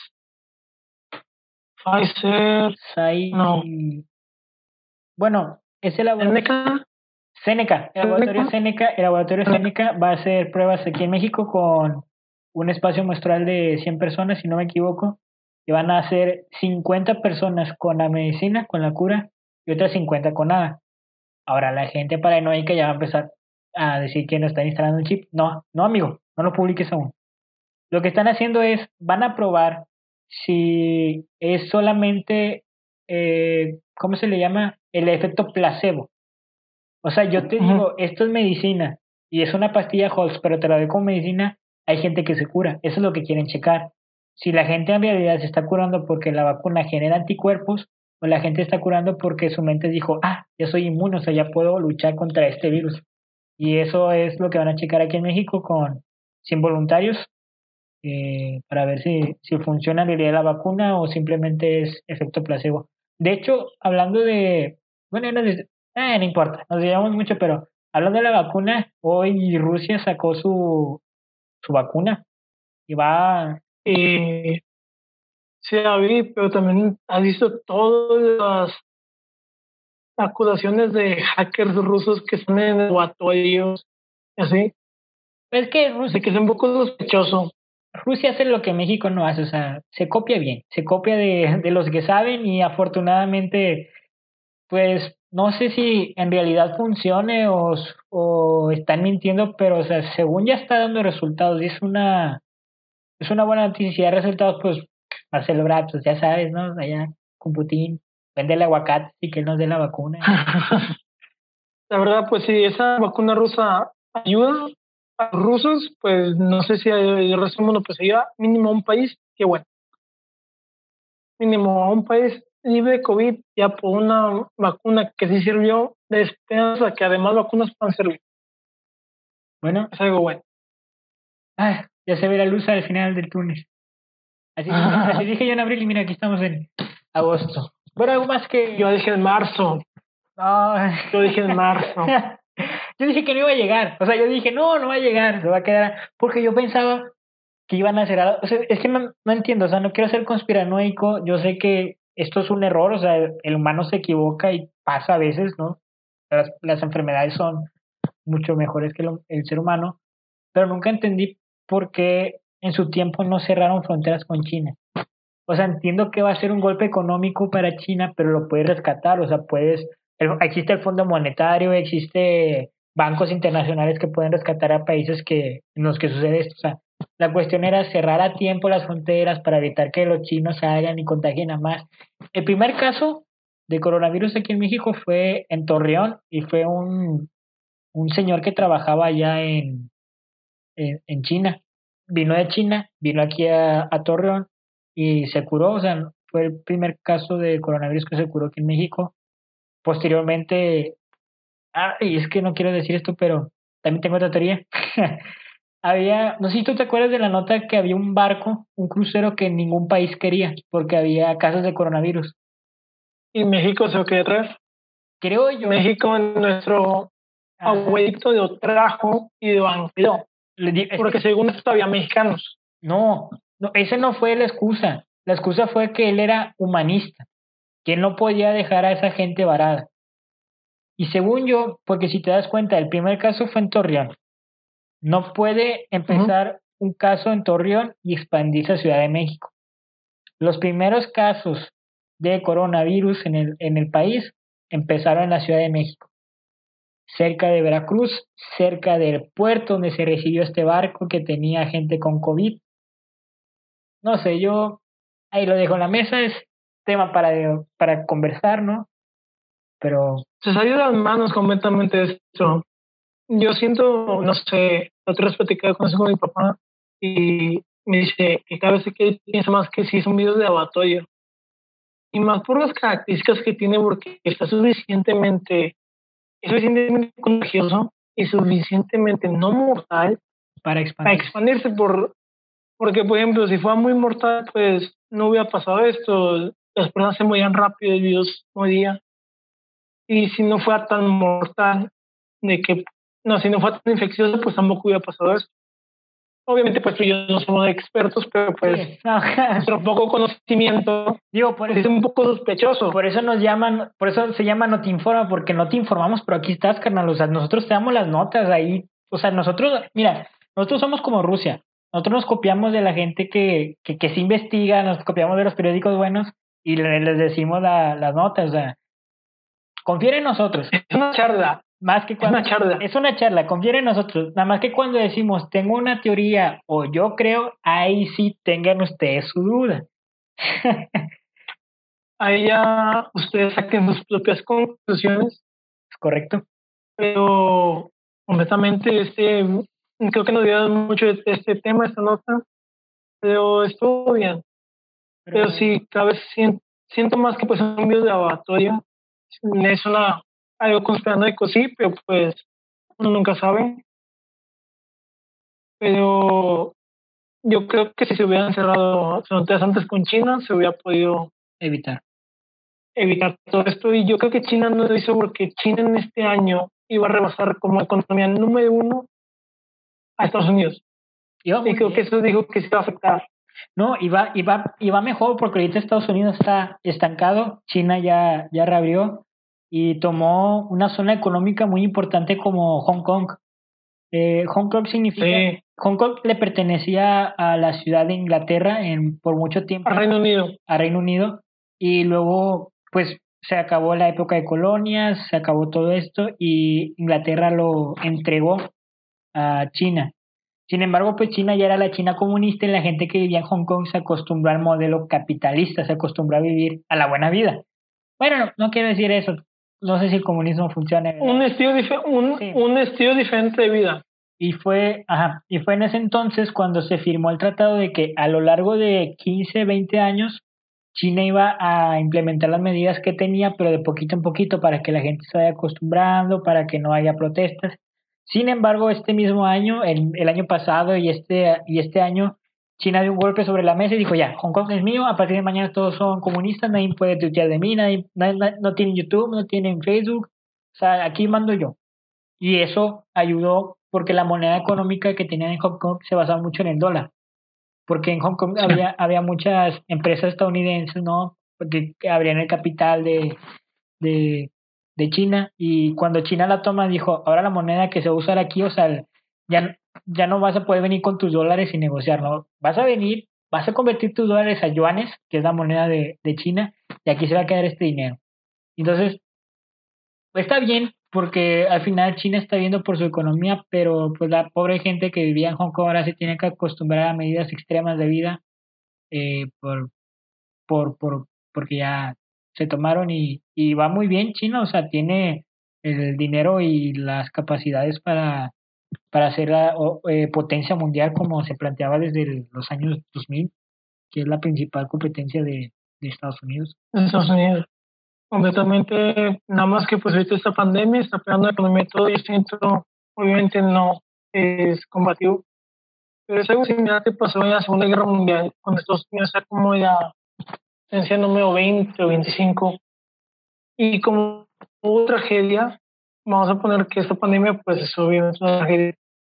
Pfizer. Sai- No. Bueno, ese laboratorio. Seneca. Seneca, el laboratorio Seneca, el laboratorio Seneca va a hacer pruebas aquí en México con un espacio muestral de cien personas, si no me equivoco, y van a hacer cincuenta personas con la medicina, con la cura, y otras cincuenta con nada. Ahora la gente paranoica ya va a empezar a decir que no están instalando un chip. No, no amigo, no lo publiques aún. Lo que están haciendo es, van a probar si es solamente, eh, ¿cómo se le llama? El efecto placebo. O sea, yo te Ujú. digo, esto es medicina y es una pastilla Halls, pero te la doy como medicina, hay gente que se cura. Eso es lo que quieren checar. Si la gente en realidad se está curando porque la vacuna genera anticuerpos o la gente está curando porque su mente dijo, ah, yo soy inmune, o sea, ya puedo luchar contra este virus. Y eso es lo que van a checar aquí en México con cien voluntarios eh, para ver si, si funciona en realidad la vacuna o simplemente es efecto placebo. De hecho, hablando de, bueno, no, des- eh, no importa, nos llevamos mucho, pero hablando de la vacuna, hoy Rusia sacó su, su vacuna. Y va, Y sí, David, pero también has visto todas las acusaciones de hackers rusos que están en laboratorios, así, es que Rusia, así que es un poco sospechoso. Rusia hace lo que México no hace, o sea, se copia bien, se copia de, de los que saben y afortunadamente, pues no sé si en realidad funcione o, s- o están mintiendo, pero o sea, según ya está dando resultados y es una, es una buena noticia. Si da resultados, pues Marcelo Ebrard, pues ya sabes, ¿no? Allá con Putin, vende el aguacate y que él nos dé la vacuna. La verdad, pues si esa vacuna rusa ayuda a los rusos, pues no sé si el resto del mundo pues ayuda mínimo a un país, que bueno, mínimo a un país libre de COVID ya por una vacuna que sí sirvió de esperanza, que además vacunas puedan servir. Bueno, Es algo bueno. ah, ya se ve la luz al final del túnel. Así dije, así dije yo en abril y mira, aquí estamos en agosto. Bueno, algo más que... Yo dije en marzo, No. yo dije en marzo. Yo dije que no iba a llegar. O sea, yo dije, no, no va a llegar, se va a quedar. Porque yo pensaba que iban a hacer algo. O sea, es que no, no entiendo, o sea, no quiero ser conspiranoico. Yo sé que esto es un error, o sea, el humano se equivoca y pasa a veces, ¿no? Las, las enfermedades son mucho mejores que lo- el ser humano, pero nunca entendí por qué en su tiempo no cerraron fronteras con China. O sea, entiendo que va a ser un golpe económico para China, pero lo puedes rescatar, o sea, puedes, el- existe el Fondo Monetario, existe bancos internacionales que pueden rescatar a países que, en los que sucede esto. O sea, la cuestión era cerrar a tiempo las fronteras para evitar que los chinos salgan y contagien a más. El primer caso de coronavirus aquí en México fue en Torreón y fue un, un señor que trabajaba allá en, en, en China. Vino de China, vino aquí a, a Torreón y se curó, o sea, fue el primer caso de coronavirus que se curó aquí en México. Posteriormente, ah, y es que no quiero decir esto, pero también tengo otra teoría. Había, no sé si tú te acuerdas de la nota que había un barco, un crucero que ningún país quería porque había casos de coronavirus. Y México se lo quiere traer. Creo yo, México, nuestro ajá, abuelito lo trajo y lo ancló, le di- es porque que según esto había mexicanos. no, no, ese no fue la excusa. La excusa fue que él era humanista, que él no podía dejar a esa gente varada. Y según yo, porque si te das cuenta, el primer caso fue en Torreón. No puede Ujú. empezar un caso en Torreón y expandirse a Ciudad de México. Los primeros casos de coronavirus en el, en el país empezaron en la Ciudad de México, cerca de Veracruz, cerca del puerto donde se recibió este barco que tenía gente con COVID. No sé, yo ahí lo dejo en la mesa, es tema para, para conversar, ¿no? Pero Se salió de las manos completamente esto. Yo siento, no sé, otra vez platicaba con eso con mi papá y me dice que cada vez que él piensa más que si es un video de laboratorio y más por las características que tiene porque está suficientemente, es suficientemente contagioso y suficientemente no mortal para para expandirse. expandirse por, porque por ejemplo si fuera muy mortal pues no hubiera pasado esto, las personas se morían rápido, el virus moría y si no fuera tan mortal de que, no, si no fuera tan infeccioso pues tampoco hubiera pasado esto. Obviamente, pues tú y yo no somos expertos, pero pues Sí, no, nuestro poco conocimiento digo, por pues es eso, un poco sospechoso. por eso nos llaman, por eso se llama No Te Informa, porque no te informamos, pero aquí estás, carnal. O sea, nosotros te damos las notas ahí. O sea, nosotros, mira, nosotros somos como Rusia. Nosotros nos copiamos de la gente que, que, que se investiga, nos copiamos de los periódicos buenos y le- les decimos la- las notas. O sea, confía en nosotros. Es una charla, Más que es una cuando, charla. es una charla, confía en nosotros. Nada más que cuando decimos tengo una teoría o yo creo, ahí sí tengan ustedes su duda. Ahí ya ustedes saquen sus propias conclusiones, ¿Es correcto? pero completamente este, creo que nos dieron mucho de este tema, esta nota, pero estuvo bien. Pero Pero sí, cada vez siento, siento más que pues un video de laboratorio. Es una, algo conspiranoico, sí, pero pues uno nunca sabe. Pero yo creo que si se hubieran cerrado fronteras antes con China, se hubiera podido evitar. evitar todo esto. Y yo creo que China no lo hizo porque China en este año iba a rebasar como economía número uno a Estados Unidos. Iba muy Y creo que bien. eso dijo que se iba a afectar. No, iba, iba, iba mejor porque ahorita Estados Unidos está estancado, China ya, ya reabrió y tomó una zona económica muy importante como Hong Kong. Eh, Hong Kong significa, Sí, Hong Kong le pertenecía a la ciudad de Inglaterra en, por mucho al tiempo, Reino Unido. a Reino Unido, y luego pues se acabó la época de colonias, se acabó todo esto y Inglaterra lo entregó a China. Sin embargo, pues China ya era la China comunista y la gente que vivía en Hong Kong se acostumbró al modelo capitalista, se acostumbró a vivir a la buena vida. Bueno, no, no quiero decir eso, no sé si el comunismo funciona, Un ¿verdad? estilo, dif- un, Sí. un estilo diferente de vida. Y fue, ajá, y fue en ese entonces cuando se firmó el tratado de que a lo largo de quince, veinte años China iba a implementar las medidas que tenía, pero de poquito en poquito para que la gente se vaya acostumbrando, para que no haya protestas. Sin embargo, este mismo año, el, el año pasado y este, y este año, China dio un golpe sobre la mesa y dijo, ya, Hong Kong es mío, a partir de mañana todos son comunistas, nadie puede tuitear de mí, nadie, nadie- nadie- no tienen YouTube, no tienen Facebook, o sea, aquí mando yo. Y eso ayudó porque la moneda económica que tenían en Hong Kong se basaba mucho en el dólar, porque en Hong Kong había, había muchas empresas estadounidenses, ¿no? Porque que abrían el capital de, de, de China y cuando China la toma dijo, ahora la moneda que se va a usar aquí, o sea, ya, ya no vas a poder venir con tus dólares y negociar, ¿no? Vas a venir, vas a convertir tus dólares a yuanes, que es la moneda de, de China, y aquí se va a quedar este dinero. Entonces, pues está bien, porque al final China está viendo por su economía, pero pues la pobre gente que vivía en Hong Kong ahora se tiene que acostumbrar a medidas extremas de vida eh, por, por, por, porque ya se tomaron y, y va muy bien China, o sea, tiene el dinero y las capacidades para, para ser la o- eh, potencia mundial como se planteaba desde el- los años dos mil, que es la principal competencia de, de Estados Unidos. En Estados Unidos. Completamente, nada más que pues ahorita esta pandemia está pegando la economía y todo, y siento, obviamente no es combativo, pero es algo similar que pasó en la Segunda Guerra Mundial, cuando Estados Unidos está como en la potencia número veinte o veinticinco, y como hubo tragedia, vamos a poner que esta pandemia pues es obviamente una tragedia,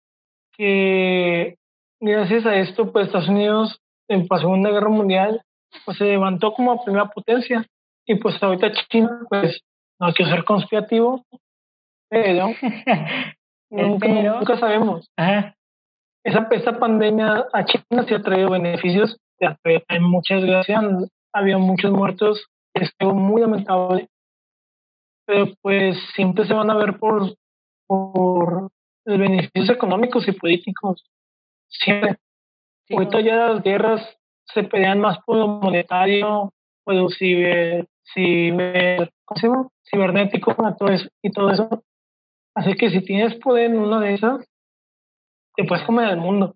que gracias a esto pues Estados Unidos en la Segunda Guerra Mundial pues se levantó como primera potencia, y pues ahorita China pues no hay que ser conspirativo, pero El nunca, pero, nunca sabemos. ajá, Esa, esta pandemia a China se ha traído beneficios, se ha traído muchas gracias, había muchos muertos, es algo muy lamentable, pero pues siempre se van a ver por, por los beneficios económicos y políticos, siempre. sí, Ahorita no, ya las guerras se pelean más por lo monetario, por lo ciber, ciber, ¿cómo se llama? Cibernético todo eso, y todo eso. Así que si tienes poder en una de esas, te puedes cuidado. comer el mundo.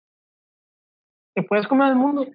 Te puedes comer el mundo.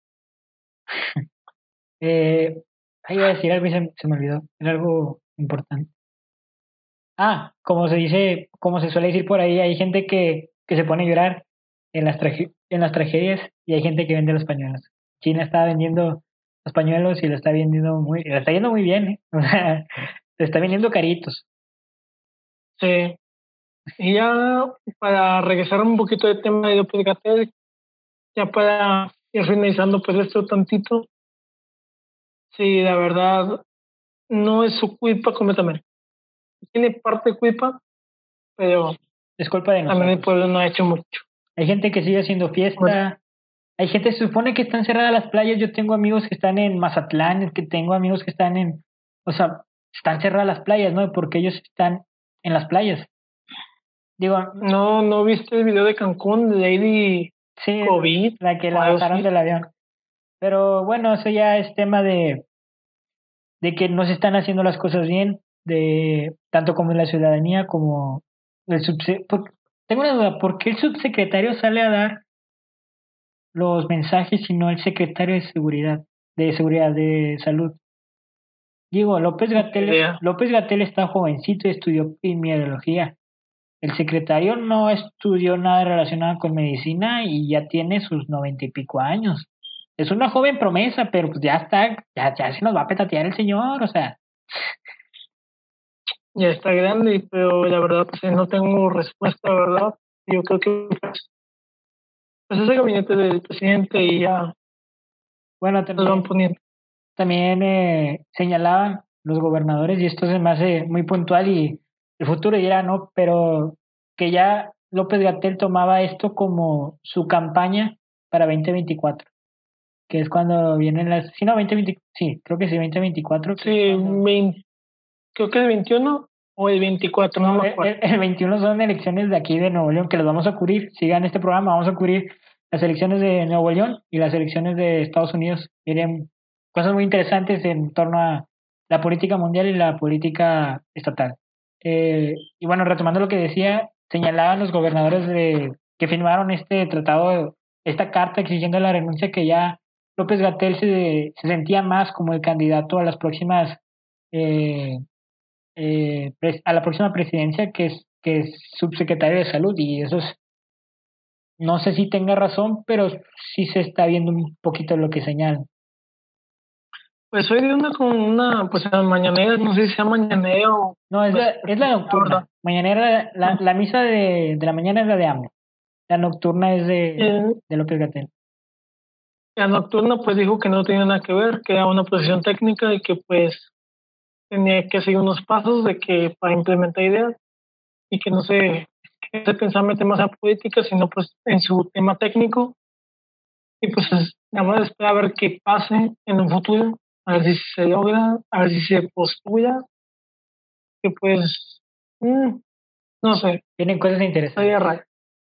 Eh, ahí iba a decir algo y se, se me olvidó, era algo importante. Ah, como se dice, como se suele decir por ahí, hay gente que, que se pone a llorar en las, trage- en las tragedias y hay gente que vende los pañuelos. China está vendiendo los pañuelos y lo está vendiendo muy, lo está yendo muy bien, ¿eh? O sea, se está vendiendo caritos. Sí. Y ya para regresar un poquito del tema de López Gatell, ya para ir finalizando pues esto tantito, sí, la verdad no es su culpa completamente. Tiene parte de culpa, pero Es culpa de también el nosotros. pueblo no ha hecho mucho. Hay gente que sigue haciendo Pues, fiesta. Hay gente, se supone que están cerradas las playas. Yo tengo amigos que están en Mazatlán, que tengo amigos que están en, o sea, están cerradas las playas, ¿no? Porque ellos están en las playas. Digo, no, no viste el video de Cancún de Lady sí, COVID la que o la algo bajaron así. del avión. Pero bueno, eso ya es tema de, de que no se están haciendo las cosas bien, de tanto como la ciudadanía como el subse por- tengo una duda, ¿por qué el subsecretario sale a dar los mensajes y no el secretario de seguridad, de seguridad de salud? Digo, López Ni Gatell, idea. López Gatell está jovencito y estudió epidemiología. El secretario no estudió nada relacionado con medicina y ya tiene sus noventa y pico años. Es una joven promesa, pero pues ya está, ya, ya se nos va a petatear el señor, o sea, Ya está grande, pero la verdad pues, no tengo respuesta, ¿verdad? Yo creo que pues, pues ese gabinete del presidente y ya Bueno, los van también, poniendo. también eh, señalaban los gobernadores, y esto se me hace muy puntual y el futuro dirá, ¿no? Pero que ya López Gatell tomaba esto como su campaña para veinte veinticuatro, que es cuando vienen las... Sí, no, veinte veinte, sí, creo que sí, veinte veinticuatro, que es Sí, cuando... veinte, creo que el veintiuno o el veinticuatro, no No, me el, acuerdo. el- el veintiuno son elecciones de aquí de Nuevo León, que las vamos a cubrir. Sigan este programa, vamos a cubrir las elecciones de Nuevo León y las elecciones de Estados Unidos. Miren, cosas muy interesantes en torno a la política mundial y la política estatal. Eh, y bueno, retomando lo que decía, señalaban los gobernadores de, que firmaron este tratado, esta carta exigiendo la renuncia, que ya López Gatell se, se sentía más como el candidato a las próximas eh, eh, pres- a la próxima presidencia, que es, que es subsecretario de salud, y eso es, no sé si tenga razón, pero sí se está viendo un poquito lo que señalan. Pues hoy de una con una, pues en las mañaneras, no sé si sea mañanero, No, es pues la, es la la verdad. nocturna. Mañanera, la, la misa de, de la mañana es la de AMLO. La nocturna es de, Eh, de López Gatell. la nocturna pues dijo que no tenía nada que ver, que era una posición técnica y que pues tenía que seguir unos pasos de que para implementar ideas y que no se, que no se pensaba meter más a política, sino pues en su tema técnico. Y pues es- nada más esperar a ver qué pase en un futuro, a ver si se logra, a ver si se postula, que pues, mm, no sé, Tienen cosas estaría interesantes. raro.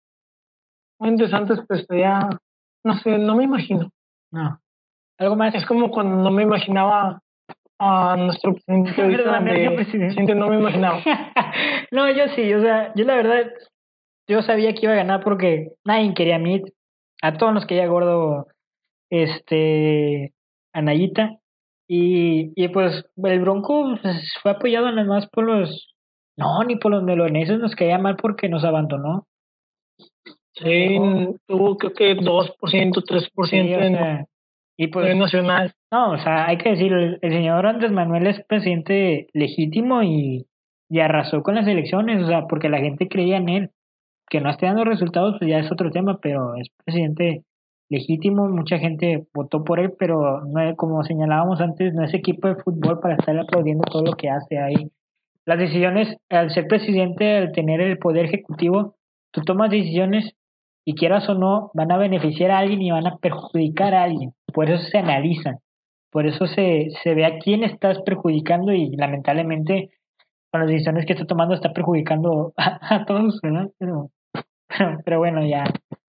Muy interesantes, pues estaría, no sé, no me imagino. No. ¿Algo más? Es como cuando no me imaginaba a nuestro presidente ahorita, Andrés Manuel de donde presidente. siempre no me imaginaba. No, yo sí, o sea, yo la verdad, yo sabía que iba a ganar porque nadie quería a Meade. A todos nos quería gordo este, Anayita. Y, y pues el Bronco pues, fue apoyado nada más por los, no, ni por los meloneses, nos caía mal porque nos abandonó, nos Sí, dejó. tuvo creo que dos por ciento tres por Sí, ciento o en sea, y pues, nivel nacional. no, o sea, hay que decir, el, el señor Andrés Manuel es presidente legítimo y, y arrasó con las elecciones, o sea, porque la gente creía en él. Que no esté dando resultados, pues ya es otro tema, pero es presidente legítimo, mucha gente votó por él, pero no es- como señalábamos antes, no es equipo de fútbol para estar aplaudiendo todo lo que hace ahí. Las decisiones, al ser presidente, al tener el poder ejecutivo, tú tomas decisiones y quieras o no, van a beneficiar a alguien y van a perjudicar a alguien. Por eso se analizan, por eso se, se ve a quién estás perjudicando y lamentablemente con las decisiones que está tomando está perjudicando a, a todos, ¿verdad? Pero pero bueno, ya.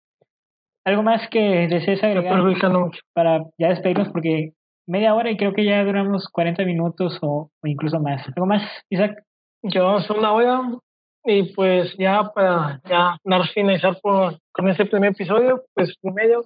¿Algo más que desees Está agregar perjudicando mucho. para ya despedirnos? Porque media hora y creo que ya duramos cuarenta minutos o, o incluso más. ¿Algo más, Isaac? Yo soy una olla y pues ya para ya dar finalizar por, con este primer episodio, pues primero,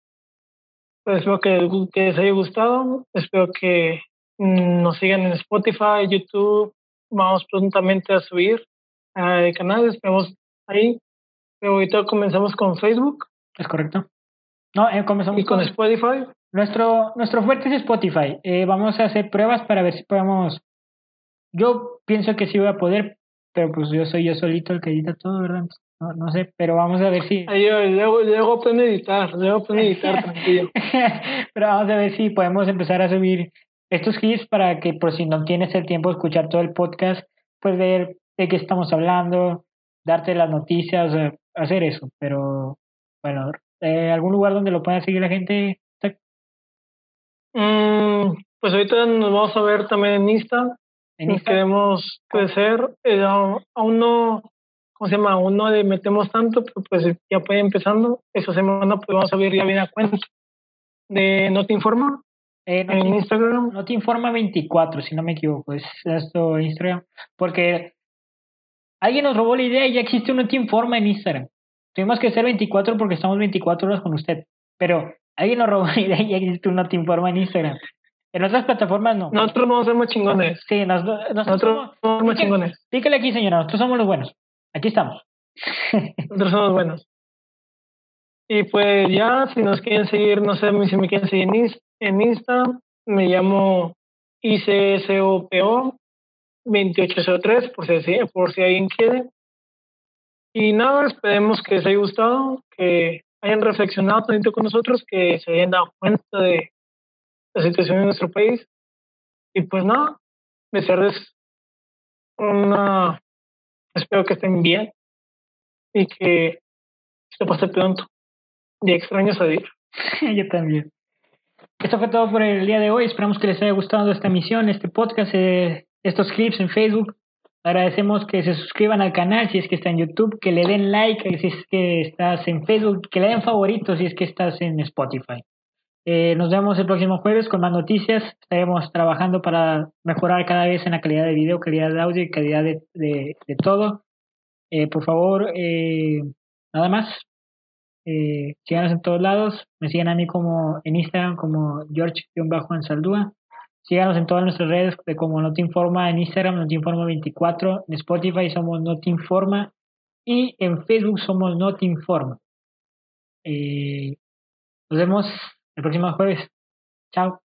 pues espero que, que les haya gustado, espero que mm, nos sigan en Spotify, YouTube, vamos prontamente a subir al canal, esperemos ahí, pero ahorita comenzamos con Facebook ¿Es correcto? No, eh, y comenzamos con con Spotify. nuestro, nuestro fuerte es Spotify. Eh, vamos a hacer pruebas para ver si podemos. Yo pienso que sí voy a poder, pero pues yo soy yo solito el que edita todo, ¿verdad? No, no sé, pero vamos a ver si. Ahí yo, luego, luego aprende a editar, luego aprende a editar, tranquilo. Pero vamos a ver si podemos empezar a subir estos hits para que por si no tienes el tiempo de escuchar todo el podcast, pues ver de qué estamos hablando, darte las noticias, eh, hacer eso. Pero bueno, eh, ¿algún lugar donde lo pueda seguir la gente? Mm, pues ahorita nos vamos a ver también en Insta. En Nos Instagram. queremos crecer. Eh, aún aún no, ¿cómo se llama? Aún no le metemos tanto, pero pues ya puede ir empezando. Esta semana pues vamos a ver ya bien a cuenta de No Te Informa Eh, no en te, Instagram. no te informa veinticuatro, si no me equivoco, es esto Instagram. Porque alguien nos robó la idea y ya existe un no te informa en Instagram. Tuvimos que ser veinticuatro porque estamos veinticuatro horas con usted. Pero alguien nos robó la idea y ya existe un no te informa en Instagram. En otras plataformas no. Nosotros vamos a ser más chingones. Sí, nos- nosotros Nosotros somos. somos más Píquele, chingones. píquele aquí, señora. Nosotros somos los buenos. Aquí estamos. Nosotros somos buenos. Y pues ya, si nos quieren seguir, no sé si me quieren seguir en, Ins- en Insta, me llamo I C S O P O veintiocho cero tres, por si, por si alguien quiere. Y nada, esperemos que les haya gustado, que hayan reflexionado tanto con nosotros, que se hayan dado cuenta de la situación en nuestro país. Y pues nada, desearles una, espero que estén bien y que se pase pronto. Ya extraño salir. Yo también. Esto fue todo por el día de hoy. Esperamos que les haya gustado esta emisión, este podcast, eh, estos clips en Facebook. Agradecemos que se suscriban al canal si es que está en YouTube, que le den like si es que estás en Facebook, que le den favorito si es que estás en Spotify. Eh, nos vemos el próximo jueves con más noticias. Estaremos trabajando para mejorar cada vez en la calidad de video, calidad de audio y calidad de, de, de todo. Eh, por favor, eh, nada más. Eh, síganos en todos lados. Me siguen a mí como en Instagram como George-Ansaldúa. Síganos en todas nuestras redes de como No Te Informa en Instagram, No Te Informa veinticuatro. En Spotify somos No Te Informa. Y en Facebook somos No Te Informa. Eh, nos vemos el próximo jueves. Chao.